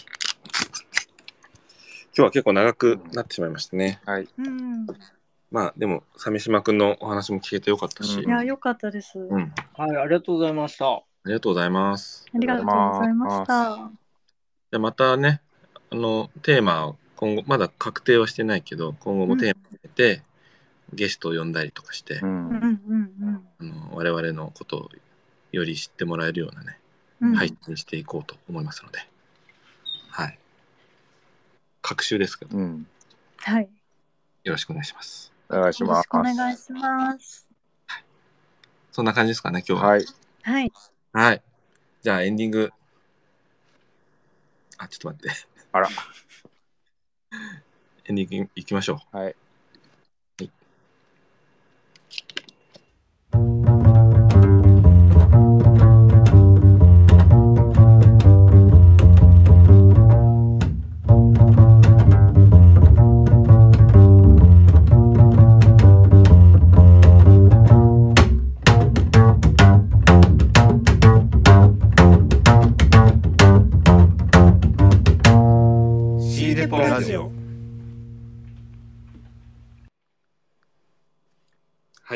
今日は結構長くなってしまいましたね。 はい。 まあでも鮫島くんのお話も聞けてよかったし。 いや、よかったです。 うん。 はい、ありがとうございました。ありがとうございます。 ありがとうございました。 じゃあまたね、テーマを今後まだ確定はしてないけど、今後もテーマを決めて、ゲストを呼んだりとかして、我々のことをより知ってもらえるようなね、配信していこうと思いますので、はい。隔週ですけど、 はい。 よろしくお願いします。 お願いします。 よろしくお願いします。 そんな感じですかね、今日は。 はい。 はい。 はい。じゃあエンディング。あ、ちょっと待って。 あら。 エンディングいきましょう。はい。 ラジオ。はい。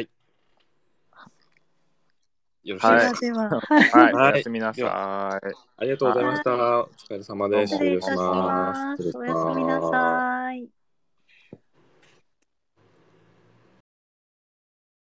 よろしいですか。 では、 はい。おやすみなさい。 ありがとうございました。お疲れ様です。 失礼いたします。おやすみなさい。